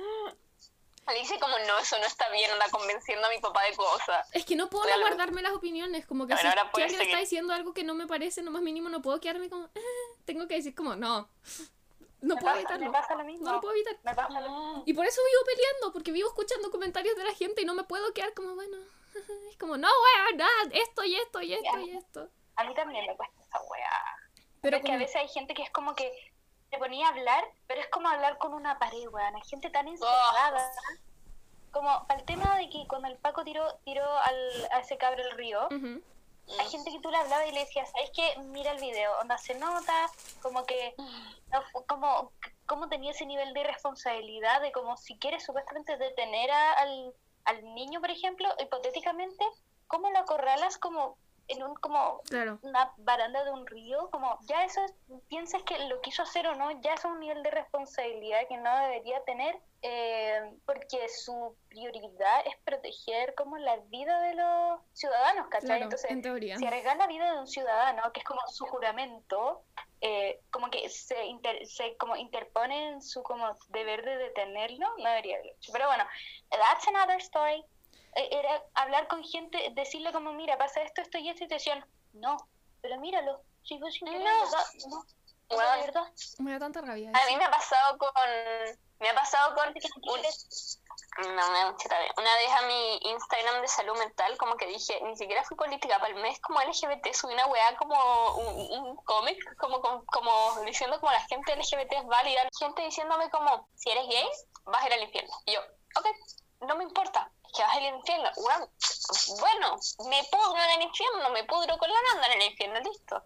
le dice como, no, eso no está bien, anda convenciendo a mi papá de cosas. Es que no puedo no Realmente. guardarme las opiniones. Como que A ver, si, ahora si puedes alguien está seguir. diciendo algo que no me parece lo más mínimo, no puedo quedarme como... "Ah", tengo que decir como, no. No Me puedo pasa, evitarlo. me pasa lo mismo. No lo puedo evitar. Me pasa lo mismo. Y por eso vivo peleando, porque vivo escuchando comentarios de la gente y no me puedo quedar como, bueno... Es como, no, weón, nada, esto y esto y esto y esto. A mí también me cuesta esa weá. Pero es que como... a veces hay gente que es como que te ponía a hablar, pero es como hablar con una pared, weón. Hay gente tan encerrada. Como para el tema de que cuando el Paco tiró, tiró al, a ese cabro al río, Ujú. hay gente que tú le hablabas y le decías, ¿sabes qué? Mira el video, onda se nota, como que, no fu- como, como tenía ese nivel de responsabilidad de como si quieres supuestamente detener a- al, al niño, por ejemplo, hipotéticamente, ¿cómo lo acorralas como en un, como Claro. una baranda de un río? Como ya eso, es- pienses que lo quiso hacer o no, ya es un nivel de responsabilidad que no debería tener, eh, porque su prioridad es proteger como la vida de los ciudadanos, ¿cachai? Claro, Entonces, en teoría. si arriesgas la vida de un ciudadano, que es como su juramento, eh, como que se, inter- se como interpone en su como deber de detenerlo, no debería haberlo hecho. Pero bueno, that's another story. Eh, Era hablar con gente, decirle como, mira, pasa esto, esto y esto, y te decían, no, pero míralo, si vos sin querer, No. ¿verdad? No, no, Bueno. de verdad. Me da tanta rabia A eso. mí me ha pasado con, me ha pasado con un, no, me da mucha rabia. Una vez a mi Instagram de salud mental, como que dije, ni siquiera fui política, para el mes como L G B T, subí una weá como un, un cómic, como, como, como diciendo como la gente L G B T es válida, gente diciéndome como, si eres gay, vas a ir al infierno. Y yo, ok, no me importa, es que vas a ir al infierno. Bueno, bueno, me pudro en el infierno, me pudro con la Nanda en el infierno, listo.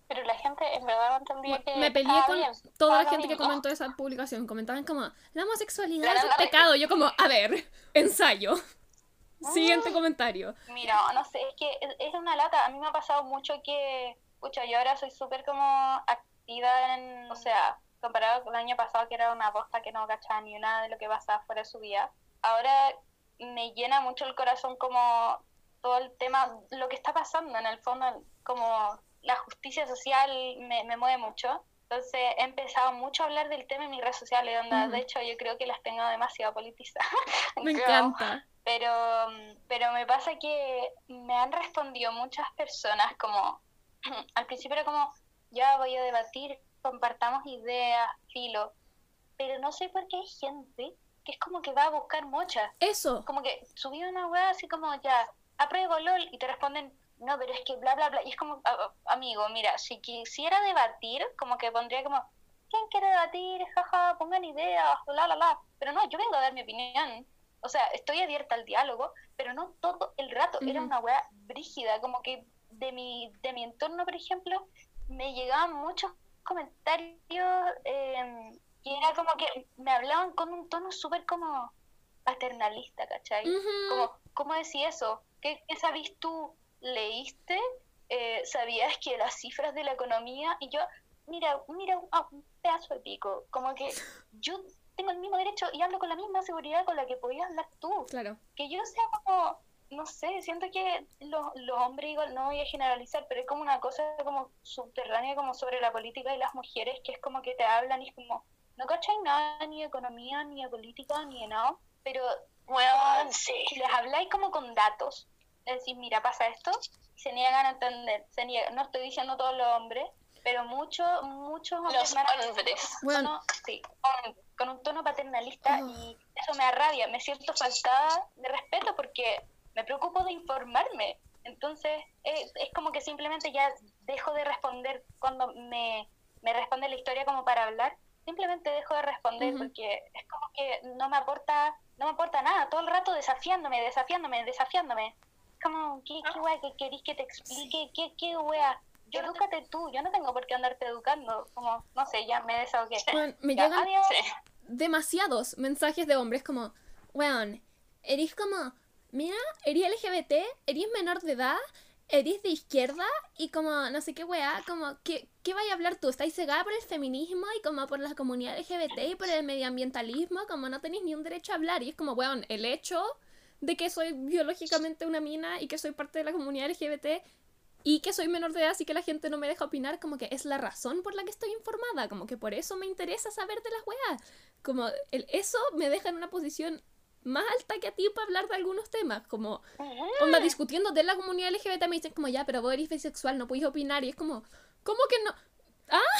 Pero la gente en verdad no entendía que Me peleé estaba con bien, toda la estaba gente que bien. comentó esa publicación. Comentaban como, la homosexualidad La es un Nanda- pecado. Yo como, a ver, ensayo. Siguiente Mm. comentario. Mira, no sé, es que es, es una lata. A mí me ha pasado mucho que, escucha, yo ahora soy súper como activa en, o sea, comparado con el año pasado que era una bosta que no cachaba ni nada de lo que pasaba fuera de su vida. Ahora me llena mucho el corazón como todo el tema, lo que está pasando en el fondo, como la justicia social me, me mueve mucho. Entonces he empezado mucho a hablar del tema en mis redes sociales, donde Ujú. de hecho yo creo que las tengo demasiado politizadas. Me Girl. encanta. Pero, pero me pasa que me han respondido muchas personas como, al principio era como, ya voy a debatir, compartamos ideas, filo, pero no sé por qué hay gente que es como que va a buscar mochas, Eso. como que subí una weá así como, ya, apruebo LOL, y te responden, no, pero es que bla, bla, bla, y es como, a- a- amigo, mira, si quisiera debatir, como que pondría como, ¿quién quiere debatir? Jaja, pongan ideas, la, la, la, pero no, yo vengo a dar mi opinión. O sea, estoy abierta al diálogo, pero no todo el rato. Era Ujú. una weá brígida, como que de mi, de mi entorno, por ejemplo, me llegaban muchos comentarios eh, que era como que me hablaban con un tono súper como paternalista, ¿cachai? Ujú. Como, ¿cómo decís eso? ¿Qué, qué sabís tú? ¿Leíste? Eh, ¿Sabías que las cifras de la economía? Y yo, mira, mira, un, ah, un pedazo de pico, como que yo tengo el mismo derecho y hablo con la misma seguridad con la que podías hablar tú. Claro. Que yo sea como, no sé, siento que los, los hombres, igual, no voy a generalizar, pero es como una cosa como subterránea como sobre la política y las mujeres, que es como que te hablan y es como, no cachai nada, ni de economía, ni de política, ni de nada, pero Weón, sí. les habláis como con datos. Es decir, mira, pasa esto, y se niegan a entender, se niegan. No estoy diciendo todos los hombres, pero muchos, muchos hombres Los me han- hombres. Bueno. tono- sí, con, con un tono paternalista Oh. y eso me arrabia, me siento faltada de respeto porque me preocupo de informarme. Entonces es, es como que simplemente ya dejo de responder cuando me, me responde la historia como para hablar, simplemente dejo de responder Ujú. porque es como que no me aporta, no me aporta nada, todo el rato desafiándome, desafiándome, desafiándome. Es como, ¿qué, qué wea que querís que te explique? ¿Qué, qué wea? Edúcate tú, yo no tengo por qué andarte educando, como, no sé, ya me desahogué. Bueno, me Ya, llegan adiós. Sí. demasiados mensajes de hombres como, weón, eres como, mira, eres L G B T, eres menor de edad, eres de izquierda y como, no sé qué weá, como, ¿qué, qué vaya a hablar tú? ¿Estáis cegada por el feminismo y como por la comunidad L G B T y por el medioambientalismo? Como no tenéis ni un derecho a hablar. Y es como, weón, el hecho de que soy biológicamente una mina y que soy parte de la comunidad L G B T y que soy menor de edad, así que la gente no me deja opinar, como que es la razón por la que estoy informada, como que por eso me interesa saber de las weas. Como el, eso me deja en una posición más alta que a ti para hablar de algunos temas, como onda discutiendo de la comunidad L G B T, me dicen como ya, pero vos eres bisexual, no podéis opinar, y es como, ¿cómo que no? ¿Ah?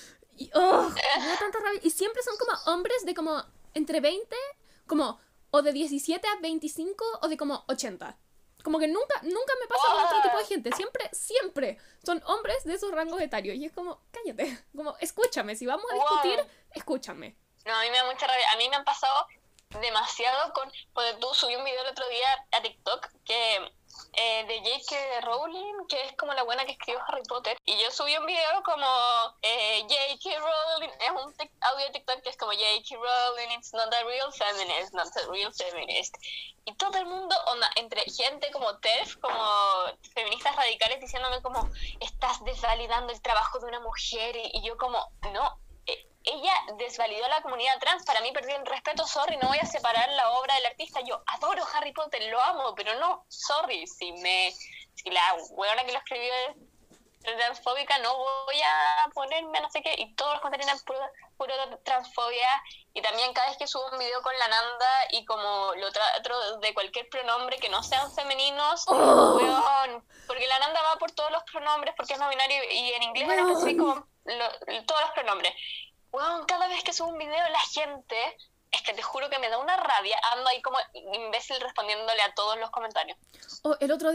Y, oh, me da tanta rabia. Y siempre son como hombres de como entre veinte, como o de diecisiete a veinticinco o de como ochenta. Como que nunca, nunca me pasa con otro tipo de gente. Siempre, siempre son hombres de esos rangos etarios. Y es como, cállate. Como, escúchame. Si vamos a discutir, Wow. escúchame. No, a mí me da mucha rabia. A mí me han pasado demasiado con... Porque tú subí un video el otro día a TikTok que eh, de J K Rowling, que es como la buena que escribió Harry Potter. Y yo subí un video como eh, J K Rowling, es un tic- audio de TikTok que es como J K Rowling, it's not a real feminist, not a real feminist. Y todo el mundo, onda, entre gente como TERF, como feministas radicales, diciéndome como, estás desvalidando el trabajo de una mujer. Y, y yo como, no, eh, ella desvalidó a la comunidad trans, para mí perdió el respeto, sorry, no voy a separar la obra del artista. Yo adoro Harry Potter, lo amo, pero no, sorry, si me si la huevona que lo escribió es transfóbica, no voy a ponerme no sé qué, y todos los comentarios eran puro, puro transfobia. Y también cada vez que subo un video con la Nanda y como lo trato de cualquier pronombre que no sean femeninos, Oh. weón, porque la Nanda va por todos los pronombres porque es no binario y en inglés en Weón. específico lo, todos los pronombres. Weón, cada vez que subo un video la gente, es que te juro que me da una rabia, ando ahí como imbécil respondiéndole a todos los comentarios. Oh, el otro día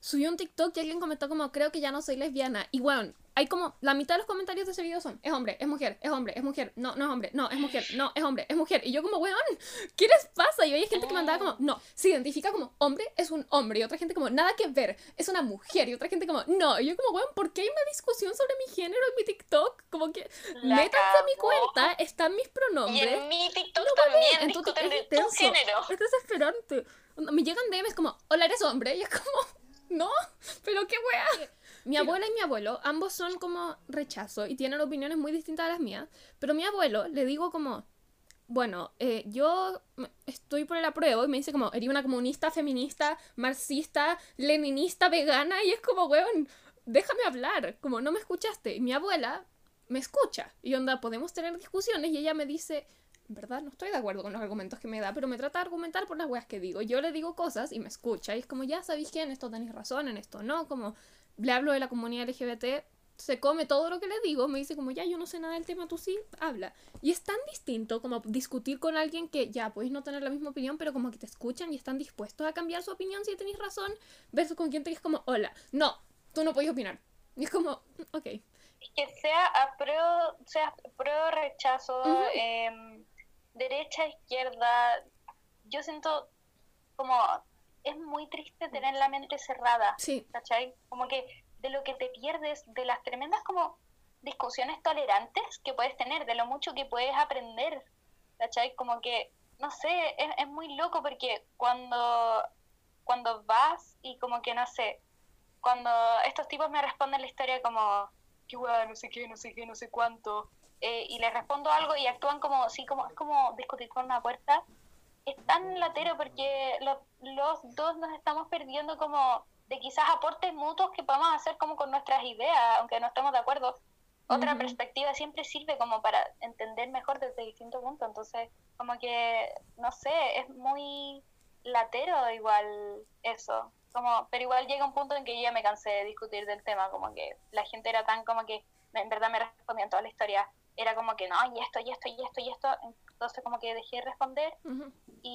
subí un TikTok y alguien comentó como, creo que ya no soy lesbiana. Y bueno, hay como, la mitad de los comentarios de ese video son, es hombre, es mujer, es hombre, es mujer, no, no es hombre, no, es mujer, no, es hombre, es mujer. Y yo como, weón, ¿qué les pasa? Y había gente que mandaba como, no, se identifica como hombre, es un hombre. Y otra gente como, nada que ver, es una mujer. Y otra gente como, no. Y yo como, weón, ¿por qué hay una discusión sobre mi género en mi TikTok? Como que, La métanse a mi cagó. cuenta, están mis Y pronombres. en mi TikTok No, también en tu discuten TikTok es de tu intenso, género. es desesperante. Me llegan D Ms como, hola, ¿eres hombre? Y es como, no, pero qué wea. Mi abuela y mi abuelo, ambos son como rechazo y tienen opiniones muy distintas a las mías, pero mi abuelo le digo como, bueno, eh, yo estoy por el apruebo y me dice como, eres una comunista, feminista, marxista, leninista, vegana, y es como, weón, déjame hablar, como no me escuchaste. Y mi abuela me escucha y onda, podemos tener discusiones y ella me dice, en verdad no estoy de acuerdo con los argumentos que me da, pero me trata de argumentar por las weas que digo. Yo le digo cosas y me escucha y es como, ya sabéis que en esto tenéis razón, en esto no, como le hablo de la comunidad L G B T, se come todo lo que le digo, me dice como, ya yo no sé nada del tema, tú sí, habla. Y es tan distinto como discutir con alguien que ya podéis no tener la misma opinión, pero como que te escuchan y están dispuestos a cambiar su opinión si tenéis razón, versus con quien te dices como, hola, no, tú no podéis opinar. Y es como, ok. Que sea apruebo, sea apruebo, rechazo, Ujú. eh, derecha, izquierda, yo siento como, es muy triste tener la mente cerrada, Sí. ¿cachai? Como que de lo que te pierdes, de las tremendas como discusiones tolerantes que puedes tener, de lo mucho que puedes aprender, ¿cachai? Como que, no sé, es, es muy loco porque cuando, cuando vas y como que, no sé, cuando estos tipos me responden la historia como, qué hueá, no sé qué, no sé qué, no sé cuánto, eh, y les respondo algo y actúan como, sí, como, es como discutir con una puerta, es tan latero porque los, los dos nos estamos perdiendo como de quizás aportes mutuos que podamos hacer como con nuestras ideas, aunque no estemos de acuerdo. Otra Ujú. perspectiva siempre sirve como para entender mejor desde distintos puntos, entonces como que, no sé, es muy latero igual eso, como, pero igual llega un punto en que yo ya me cansé de discutir del tema, como que la gente era tan como que, en verdad me respondían toda la historia, era como que no, y esto, y esto, y esto, y esto, entonces como que dejé de responder. Ujú.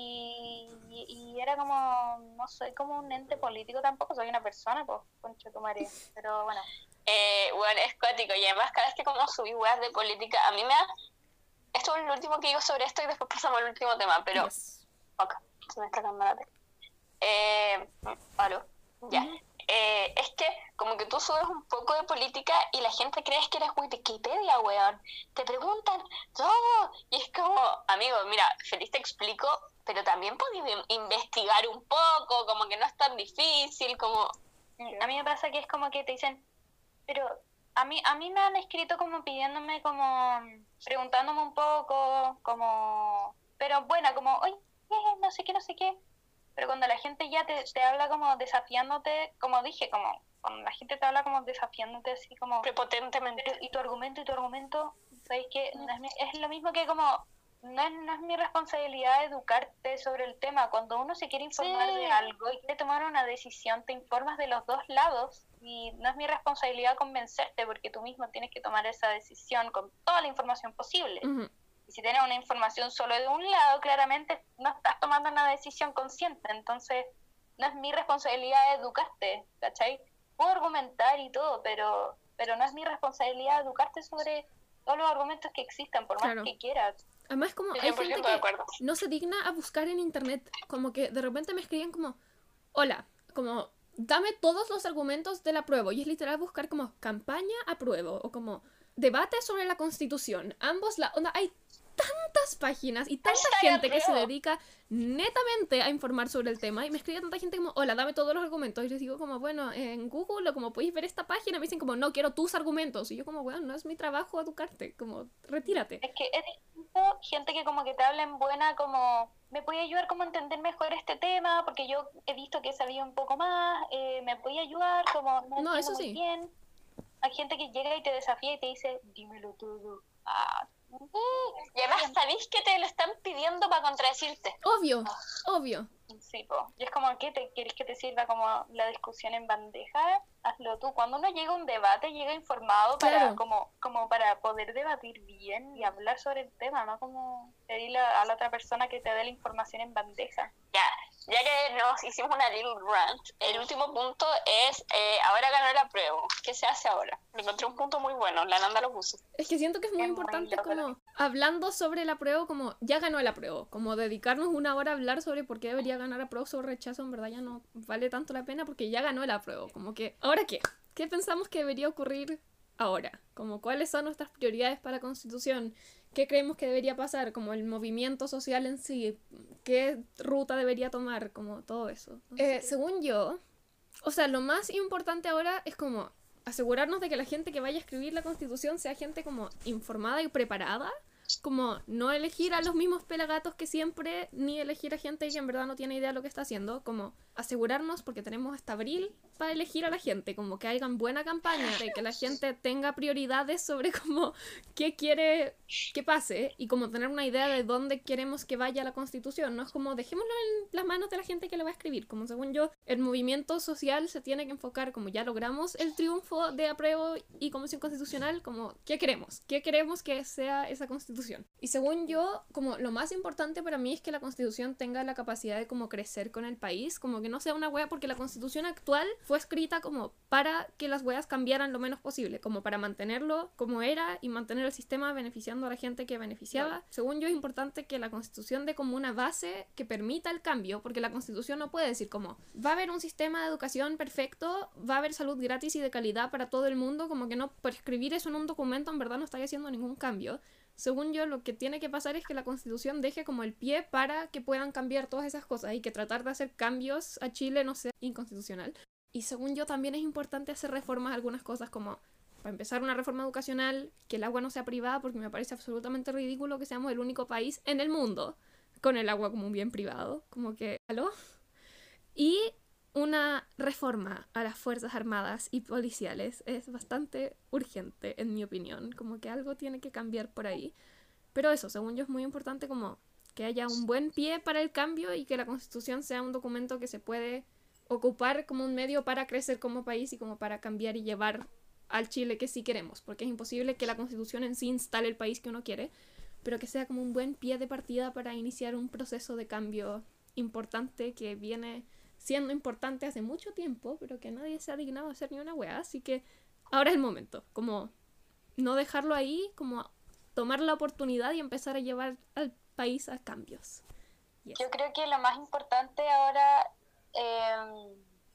Y, y, y era como, no soy como un ente político tampoco, soy una persona, pues, concha tu madre, pero bueno. Eh, bueno, es cuático. Y además, cada vez que como subí weas de política, a mí me da... Esto es lo último que digo sobre esto y después pasamos al último tema, pero... Yes. Ok, se me está acabando la tele. Eh, paro. Ya. Ujú. Eh, es que como que tú subes un poco de política y la gente cree que eres Wikipedia, weón. Te preguntan todo. Y es como, amigo, mira, feliz te explico, pero también podés investigar un poco, como que no es tan difícil, como... A mí me pasa que es como que te dicen, pero a mí a mí me han escrito como pidiéndome, como preguntándome un poco, como, pero bueno, como, oye, no sé qué, no sé qué. Pero cuando la gente ya te, te habla como desafiándote, como dije, como cuando la gente te habla como desafiándote así como prepotentemente. pero, y tu argumento y tu argumento, ¿sabes qué? No es, mi- es lo mismo que como no es, no es mi responsabilidad educarte sobre el tema. Cuando uno se quiere informar Sí. de algo y quiere tomar una decisión, te informas de los dos lados y no es mi responsabilidad convencerte porque tú mismo tienes que tomar esa decisión con toda la información posible. Ujú. Y si tienes una información solo de un lado, claramente no estás tomando una decisión consciente. Entonces, no es mi responsabilidad educarte, ¿cachai? Puedo argumentar y todo, pero pero no es mi responsabilidad educarte sobre todos los argumentos que existen, por más Claro. que quieras. Además, como Sí, hay cien por gente ciento de que acuerdo. no se digna a buscar en internet, como que de repente me escriben como, hola, como, dame todos los argumentos del apruebo, y es literal buscar como campaña apruebo, o como debate sobre la constitución, ambos la onda, hay tantas páginas y tanta Hashtag gente que se apruebo. dedica netamente a informar sobre el tema, y me escribe tanta gente como, hola, dame todos los argumentos, y les digo como, bueno, en Google, o como podéis ver esta página, me dicen como, no, quiero tus argumentos, y yo como, bueno, no es mi trabajo educarte, como, retírate. Es que es distinto gente que como que te habla en buena, como, me puede ayudar como a entender mejor este tema, porque yo he visto que sabía un poco más, eh, me puede ayudar, como, no, No, entiendo eso muy sí. bien. Hay gente que llega y te desafía y te dice, dímelo todo. Ah, Y además sabéis que te lo están pidiendo para contradecirte. Obvio, obvio. sí, po. Y es como, ¿qué te querés que te sirva como la discusión en bandeja? Hazlo tú. Cuando uno llega a un debate, llega informado para Claro. como como para poder debatir bien y hablar sobre el tema, no como pedirle a la otra persona que te dé la información en bandeja. Ya, ya que nos hicimos una little rant, el último punto es, eh, ahora ganó el apruebo. ¿Qué se hace ahora? Me encontré un punto muy bueno, la Nanda lo puso. Es que siento que es muy Es muy importante loco, como, hablando sobre el apruebo, como, ya ganó el apruebo. Como dedicarnos una hora a hablar sobre por qué debería ganar apruebo sobre rechazo, en verdad ya no vale tanto la pena porque ya ganó el apruebo. Como que, ¿ahora qué? ¿Qué pensamos que debería ocurrir ahora? Como, ¿cuáles son nuestras prioridades para la Constitución? ¿Qué creemos que debería pasar? Como el movimiento social en sí, ¿qué ruta debería tomar? Como todo eso. Eh, según yo, o sea, lo más importante ahora es como asegurarnos de que la gente que vaya a escribir la Constitución sea gente como informada y preparada, como no elegir a los mismos pelagatos que siempre, ni elegir a gente que en verdad no tiene idea de lo que está haciendo, como asegurarnos, porque tenemos hasta abril para elegir a la gente, como que hagan buena campaña, de que la gente tenga prioridades sobre como qué quiere que pase y como tener una idea de dónde queremos que vaya la Constitución. No es como dejémoslo en las manos de la gente que lo va a escribir. Como según yo, el movimiento social se tiene que enfocar, como ya logramos el triunfo de apruebo y Convención Constitucional, como ¿qué queremos? ¿Qué queremos que sea esa Constitución? Y según yo, como lo más importante para mí es que la Constitución tenga la capacidad de como crecer con el país, como que no sea una wea, porque la Constitución actual fue escrita como para que las weas cambiaran lo menos posible, como para mantenerlo como era y mantener el sistema beneficiando a la gente que beneficiaba. Bueno. Según yo es importante que la Constitución dé como una base que permita el cambio, porque la Constitución no puede decir como va a haber un sistema de educación perfecto, va a haber salud gratis y de calidad para todo el mundo, como que no, por escribir eso en un documento en verdad no está haciendo ningún cambio. Según yo, lo que tiene que pasar es que la Constitución deje como el pie para que puedan cambiar todas esas cosas y que tratar de hacer cambios a Chile no sea inconstitucional. Y según yo, también es importante hacer reformas a algunas cosas como, para empezar, una reforma educacional, que el agua no sea privada, porque me parece absolutamente ridículo que seamos el único país en el mundo con el agua como un bien privado. Como que, ¿aló? Y una reforma a las Fuerzas Armadas y policiales es bastante urgente, en mi opinión. Como que algo tiene que cambiar por ahí. Pero eso, según yo, es muy importante como que haya un buen pie para el cambio y que la Constitución sea un documento que se puede ocupar como un medio para crecer como país y como para cambiar y llevar al Chile que sí queremos. Porque es imposible que la Constitución en sí instale el país que uno quiere, pero que sea como un buen pie de partida para iniciar un proceso de cambio importante que viene siendo importante hace mucho tiempo, pero que nadie se ha dignado a hacer ni una wea, así que ahora es el momento, como no dejarlo ahí, como tomar la oportunidad y empezar a llevar al país a cambios. Yes. Yo creo que lo más importante ahora eh,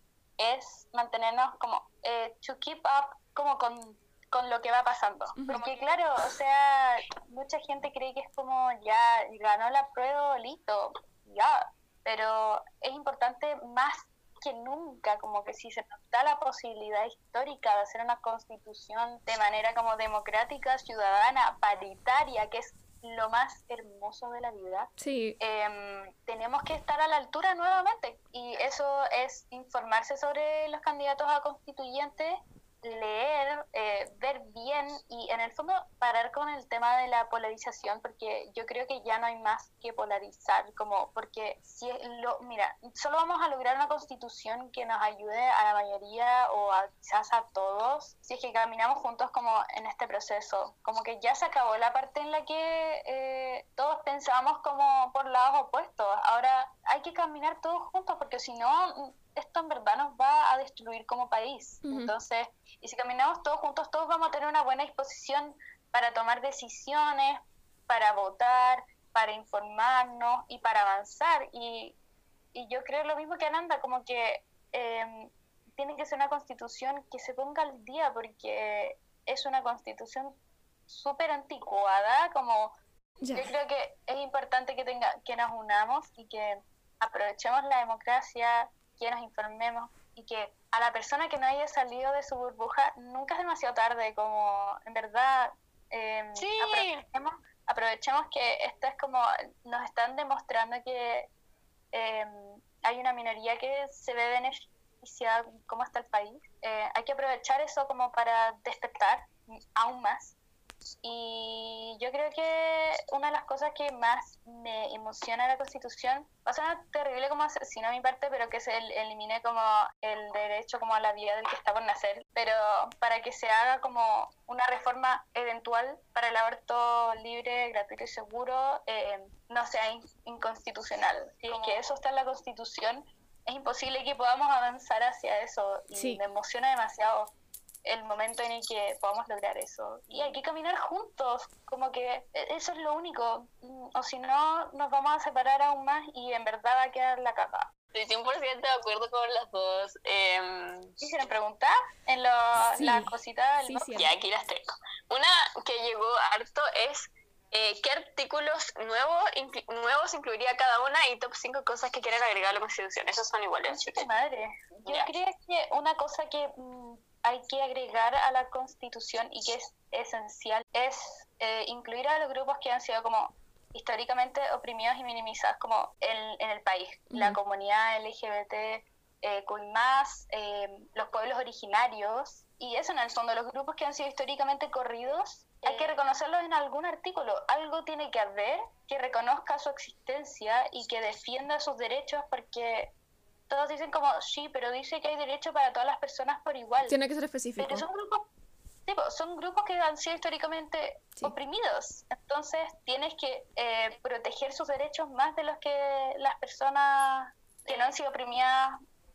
es mantenernos como eh, to keep up como con, con lo que va pasando, uh-huh. Porque claro, o sea, mucha gente cree que es como ya ganó la prueba, listo, ya. Pero es importante más que nunca, como que si se nos da la posibilidad histórica de hacer una constitución de manera como democrática, ciudadana, paritaria, que es lo más hermoso de la vida, sí. eh, tenemos que estar a la altura nuevamente. Y eso es informarse sobre los candidatos a constituyentes, leer, eh, ver bien y en el fondo parar con el tema de la polarización, porque yo creo que ya no hay más que polarizar, como porque si lo, mira, solo vamos a lograr una constitución que nos ayude a la mayoría o a, quizás a todos si es que caminamos juntos como en este proceso, como que ya se acabó la parte en la que eh, todos pensamos como por lados opuestos, ahora hay que caminar todos juntos porque si no esto en verdad nos va a destruir como país. Uh-huh. Entonces, y si caminamos todos juntos, todos vamos a tener una buena disposición para tomar decisiones, para votar, para informarnos y para avanzar. Y, y yo creo lo mismo que Ananda, como que eh, tiene que ser una constitución que se ponga al día, porque es una constitución súper anticuada, como yeah. Yo creo que es importante que, tenga, que nos unamos y que aprovechemos la democracia, que nos informemos y que a la persona que no haya salido de su burbuja nunca es demasiado tarde, como en verdad eh, sí. aprovechemos, aprovechemos que esto es como nos están demostrando que eh, hay una minoría que se ve beneficiada como está el país, eh, hay que aprovechar eso como para despertar aún más Y yo creo que una de las cosas que más me emociona de la Constitución, va a sonar terrible como asesino a mi parte, pero que se el- elimine como el derecho como a la vida del que está por nacer, pero para que se haga como una reforma eventual para el aborto libre, gratuito y seguro, eh, no sea in- inconstitucional. Si es que eso está en la Constitución, es imposible que podamos avanzar hacia eso, y Sí. me emociona demasiado el momento en el que podamos lograr eso. Y hay que caminar juntos, como que eso es lo único. O si no, nos vamos a separar aún más y en verdad va a quedar la cagada. Estoy cien por ciento de acuerdo con las dos. Eh, ¿Quisieran preguntar en lo, Sí. las cositas del Sí, blog? sí. ya, aquí las tengo. Una que llegó harto es eh, qué artículos nuevos, inclu- nuevos incluiría cada una y top cinco cosas que quieren agregar a la Constitución. Esos son iguales. así que- Madre, yo Ya. creo que una cosa que mm, hay que agregar a la Constitución y que es esencial es eh, incluir a los grupos que han sido como históricamente oprimidos y minimizados como en, en el país. La Ujú. comunidad L G B T, eh, Q I más, eh, los pueblos originarios, y eso en el fondo, los grupos que han sido históricamente corridos, hay que reconocerlos en algún artículo. Algo tiene que haber que reconozca su existencia y que defienda sus derechos, porque todos dicen como, sí, pero dice que hay derecho para todas las personas por igual. Tiene que ser específico. Pero son grupos, tipo, son grupos que han sido históricamente Sí. oprimidos. Entonces tienes que eh, proteger sus derechos más de los que las personas que no han sido oprimidas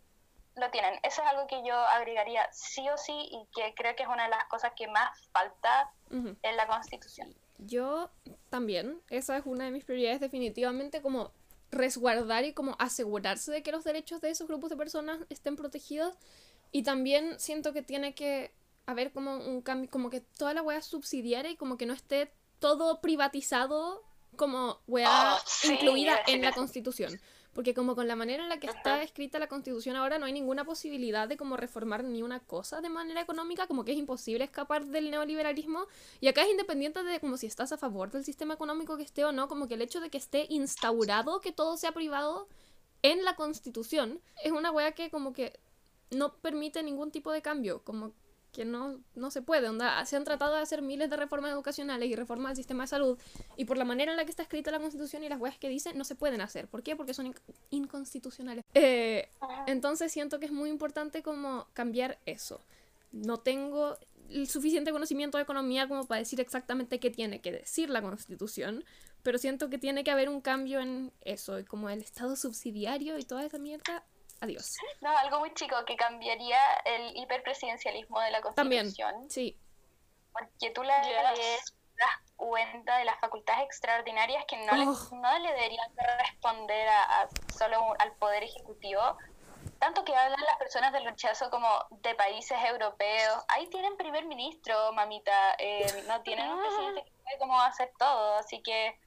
lo tienen. Eso es algo que yo agregaría sí o sí, y que creo que es una de las cosas que más falta Ujú. en la Constitución. Yo también, esa es una de mis prioridades definitivamente, como resguardar y como asegurarse de que los derechos de esos grupos de personas estén protegidos. Y también siento que tiene que haber como un cambio, como que toda la weá subsidiaria y como que no esté todo privatizado como weá Oh, sí, incluida iba a decir en la eso. Constitución. Porque como con la manera en la que está Ajá. escrita la Constitución ahora no hay ninguna posibilidad de como reformar ni una cosa de manera económica, como que es imposible escapar del neoliberalismo. Y acá es independiente de como si estás a favor del sistema económico que esté o no, como que el hecho de que esté instaurado que todo sea privado en la Constitución es una weá que como que no permite ningún tipo de cambio, como que no, no se puede. Onda, se han tratado de hacer miles de reformas educacionales y reformas del sistema de salud, y por la manera en la que está escrita la Constitución y las weas que dice, no se pueden hacer. ¿Por qué? Porque son inc- inconstitucionales. Eh, entonces siento que es muy importante como cambiar eso. No tengo el suficiente conocimiento de economía como para decir exactamente qué tiene que decir la Constitución, pero siento que tiene que haber un cambio en eso, y como el estado subsidiario y toda esa mierda. Adiós. No, algo muy chico que cambiaría el hiperpresidencialismo de la También, Constitución. sí. Porque tú la Yes. lees, te das cuenta de las facultades extraordinarias que no, le, Oh. no le deberían corresponder a, a solo un- al Poder Ejecutivo. Tanto que hablan las personas del rechazo como de países europeos. Ahí tienen primer ministro, mamita. Eh, no tienen un presidente que sabe cómo hacer todo. Así que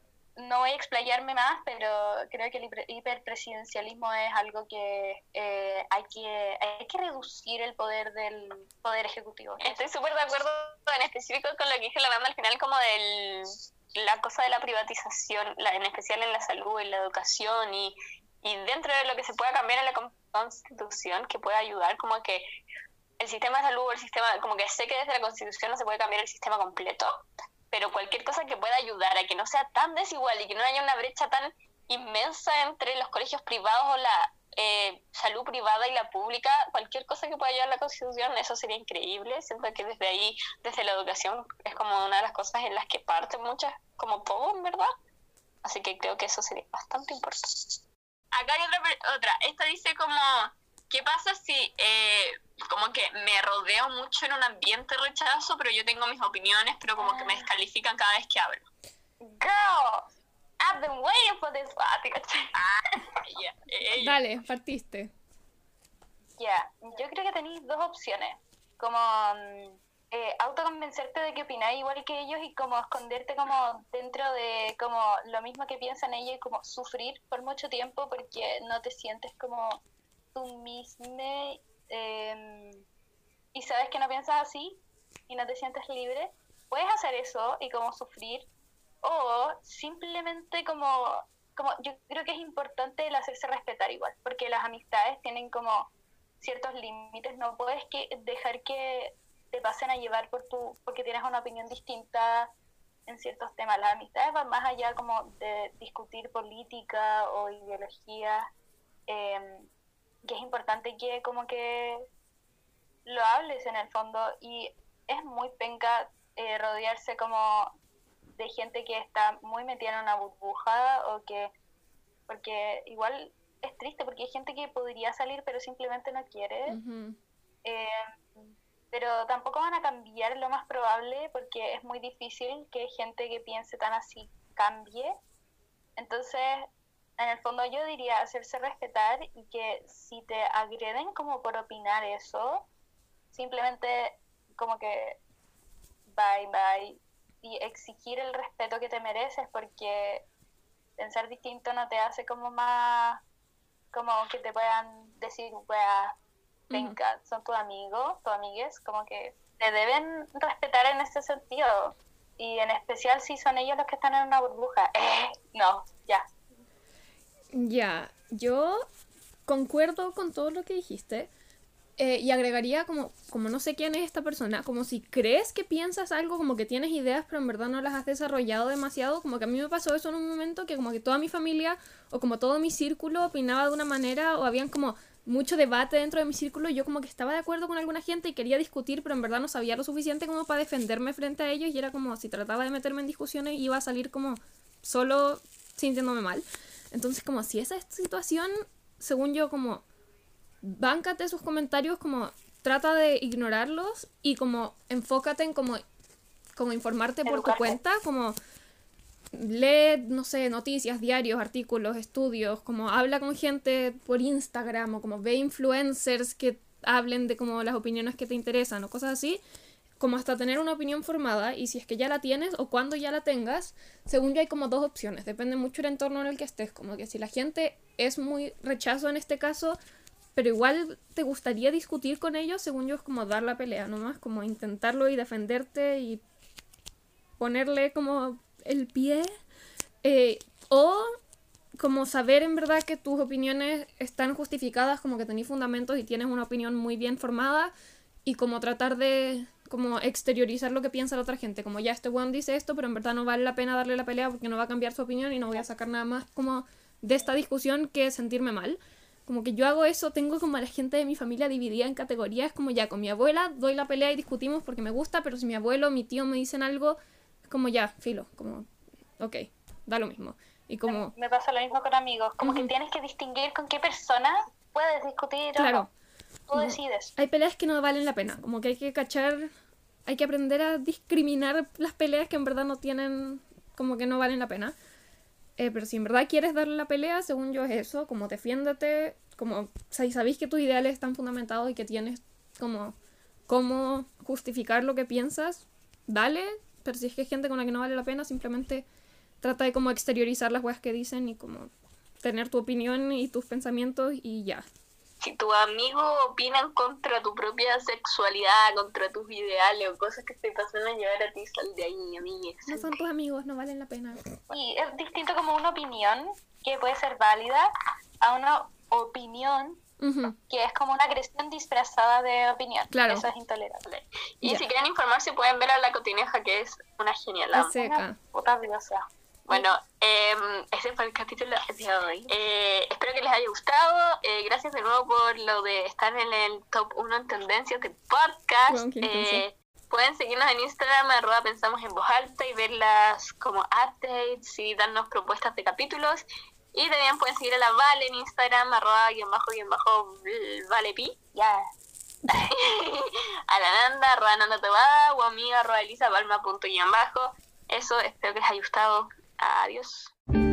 no voy a explayarme más, pero creo que el hiper- hiperpresidencialismo es algo que, eh, hay que hay que reducir el poder del Poder Ejecutivo. Estoy súper de acuerdo en específico con lo que dijo la banda al final, como de la cosa de la privatización, la, en especial en la salud, en la educación, y, y dentro de lo que se pueda cambiar en la con- Constitución, que pueda ayudar como a que el sistema de salud, el sistema, como que sé que desde la Constitución no se puede cambiar el sistema completo, pero cualquier cosa que pueda ayudar a que no sea tan desigual y que no haya una brecha tan inmensa entre los colegios privados o la eh, salud privada y la pública, cualquier cosa que pueda ayudar a la Constitución, eso sería increíble. Siento que desde ahí, desde la educación, es como una de las cosas en las que parten muchas, como todo, en verdad. Así que creo que eso sería bastante importante. Acá hay otra, otra. Esta dice como, ¿qué pasa si eh, como que me rodeo mucho en un ambiente de rechazo, pero yo tengo mis opiniones, pero como que me descalifican cada vez que hablo? Girl, I've been waiting for this one. Ah, yeah, eh, Dale, partiste. Ya, yo creo que tenéis dos opciones. Como mm, eh, autoconvencerte de que opináis igual que ellos y como esconderte como dentro de como lo mismo que piensan ellos y como sufrir por mucho tiempo porque no te sientes como tú misma, eh, y sabes que no piensas así y no te sientes libre. Puedes hacer eso y como sufrir, o simplemente como, como yo creo que es importante el hacerse respetar igual, porque las amistades tienen como ciertos límites. No puedes que dejar que te pasen a llevar por tu, porque tienes una opinión distinta en ciertos temas. Las amistades van más allá como de discutir política o ideología, eh, que es importante que como que lo hables en el fondo, y es muy penca eh, rodearse como de gente que está muy metida en una burbuja, o que, porque igual es triste porque hay gente que podría salir pero simplemente no quiere. Uh-huh. eh, pero tampoco van a cambiar, lo más probable, porque es muy difícil que gente que piense tan así cambie. Entonces, en el fondo yo diría hacerse respetar, y que si te agreden como por opinar eso, simplemente como que bye bye, y exigir el respeto que te mereces, porque pensar distinto no te hace como más, como que te puedan decir wea, venga, uh-huh. son tus amigos, tus amigues, como que te deben respetar en ese sentido, y en especial si son ellos los que están en una burbuja. Eh, no, ya. Ya, yo concuerdo con todo lo que dijiste, eh, y agregaría como, como no sé quién es esta persona, como si crees que piensas algo, como que tienes ideas pero en verdad no las has desarrollado demasiado, como que a mí me pasó eso en un momento, que como que toda mi familia o como todo mi círculo opinaba de una manera, o habían como mucho debate dentro de mi círculo, y yo como que estaba de acuerdo con alguna gente y quería discutir, pero en verdad no sabía lo suficiente como para defenderme frente a ellos, y era como si trataba de meterme en discusiones iba a salir como solo sintiéndome mal. Entonces como si esa es tu situación, según yo, como báncate sus comentarios, como trata de ignorarlos y como enfócate en como, como informarte por tu cuenta, como lee, no sé, noticias, diarios, artículos, estudios, como habla con gente por Instagram, o como ve influencers que hablen de como las opiniones que te interesan o cosas así, como hasta tener una opinión formada. Y si es que ya la tienes o cuando ya la tengas, según yo hay como dos opciones, depende mucho del entorno en el que estés, como que si la gente es muy rechazo en este caso, pero igual te gustaría discutir con ellos, según yo es como dar la pelea nomás, como intentarlo y defenderte y ponerle como el pie, eh, o como saber en verdad que tus opiniones están justificadas, como que tenés fundamentos y tienes una opinión muy bien formada, y como tratar de como exteriorizar lo que piensa la otra gente, como ya este weón dice esto, pero en verdad no vale la pena darle la pelea porque no va a cambiar su opinión y no voy a sacar nada más como de esta discusión que sentirme mal. Como que yo hago eso, tengo como a la gente de mi familia dividida en categorías, como ya con mi abuela doy la pelea y discutimos porque me gusta, pero si mi abuelo o mi tío me dicen algo, como ya, filo, como ok, da lo mismo. Y como me pasa lo mismo con amigos, como uh-huh. que tienes que distinguir con qué persona puedes discutir. Claro. O no. Tú decides. Hay peleas que no valen la pena, como que hay que cachar, hay que aprender a discriminar las peleas que en verdad no tienen, como que no valen la pena. Eh, pero si en verdad quieres darle la pelea, según yo es eso, como defiéndete, como si sabéis que tus ideales están fundamentados y que tienes como cómo justificar lo que piensas, dale. Pero si es que hay gente con la que no vale la pena, simplemente trata de como exteriorizar las weas que dicen y como tener tu opinión y tus pensamientos y ya. Si tus amigos opinan contra tu propia sexualidad, contra tus ideales o cosas que te pasan a llevar a ti, sal de ahí, amigues. No son tus amigos, no valen la pena. Y es distinto como una opinión que puede ser válida a una opinión uh-huh. que es como una agresión disfrazada de opinión. Claro. Eso es intolerable. Y ya. Si quieren informarse pueden ver a La Cotineja, que es una genialada. Una puta diosa. Bueno, eh, ese fue el capítulo de hoy. Eh, espero que les haya gustado. Eh, gracias de nuevo por lo de estar en el top uno en tendencias de podcast. Bueno, eh, pueden seguirnos en Instagram, arroba pensamos en voz alta, y ver las como updates y darnos propuestas de capítulos. Y también pueden seguir a la Vale en Instagram, arroba guión bajo guión bajo valepi. Ya. Yeah. A la Nanda, arroba Nanda Tobada, o a mí, arroba Elisa Palma punto guión bajo. Eso, espero que les haya gustado. Adiós.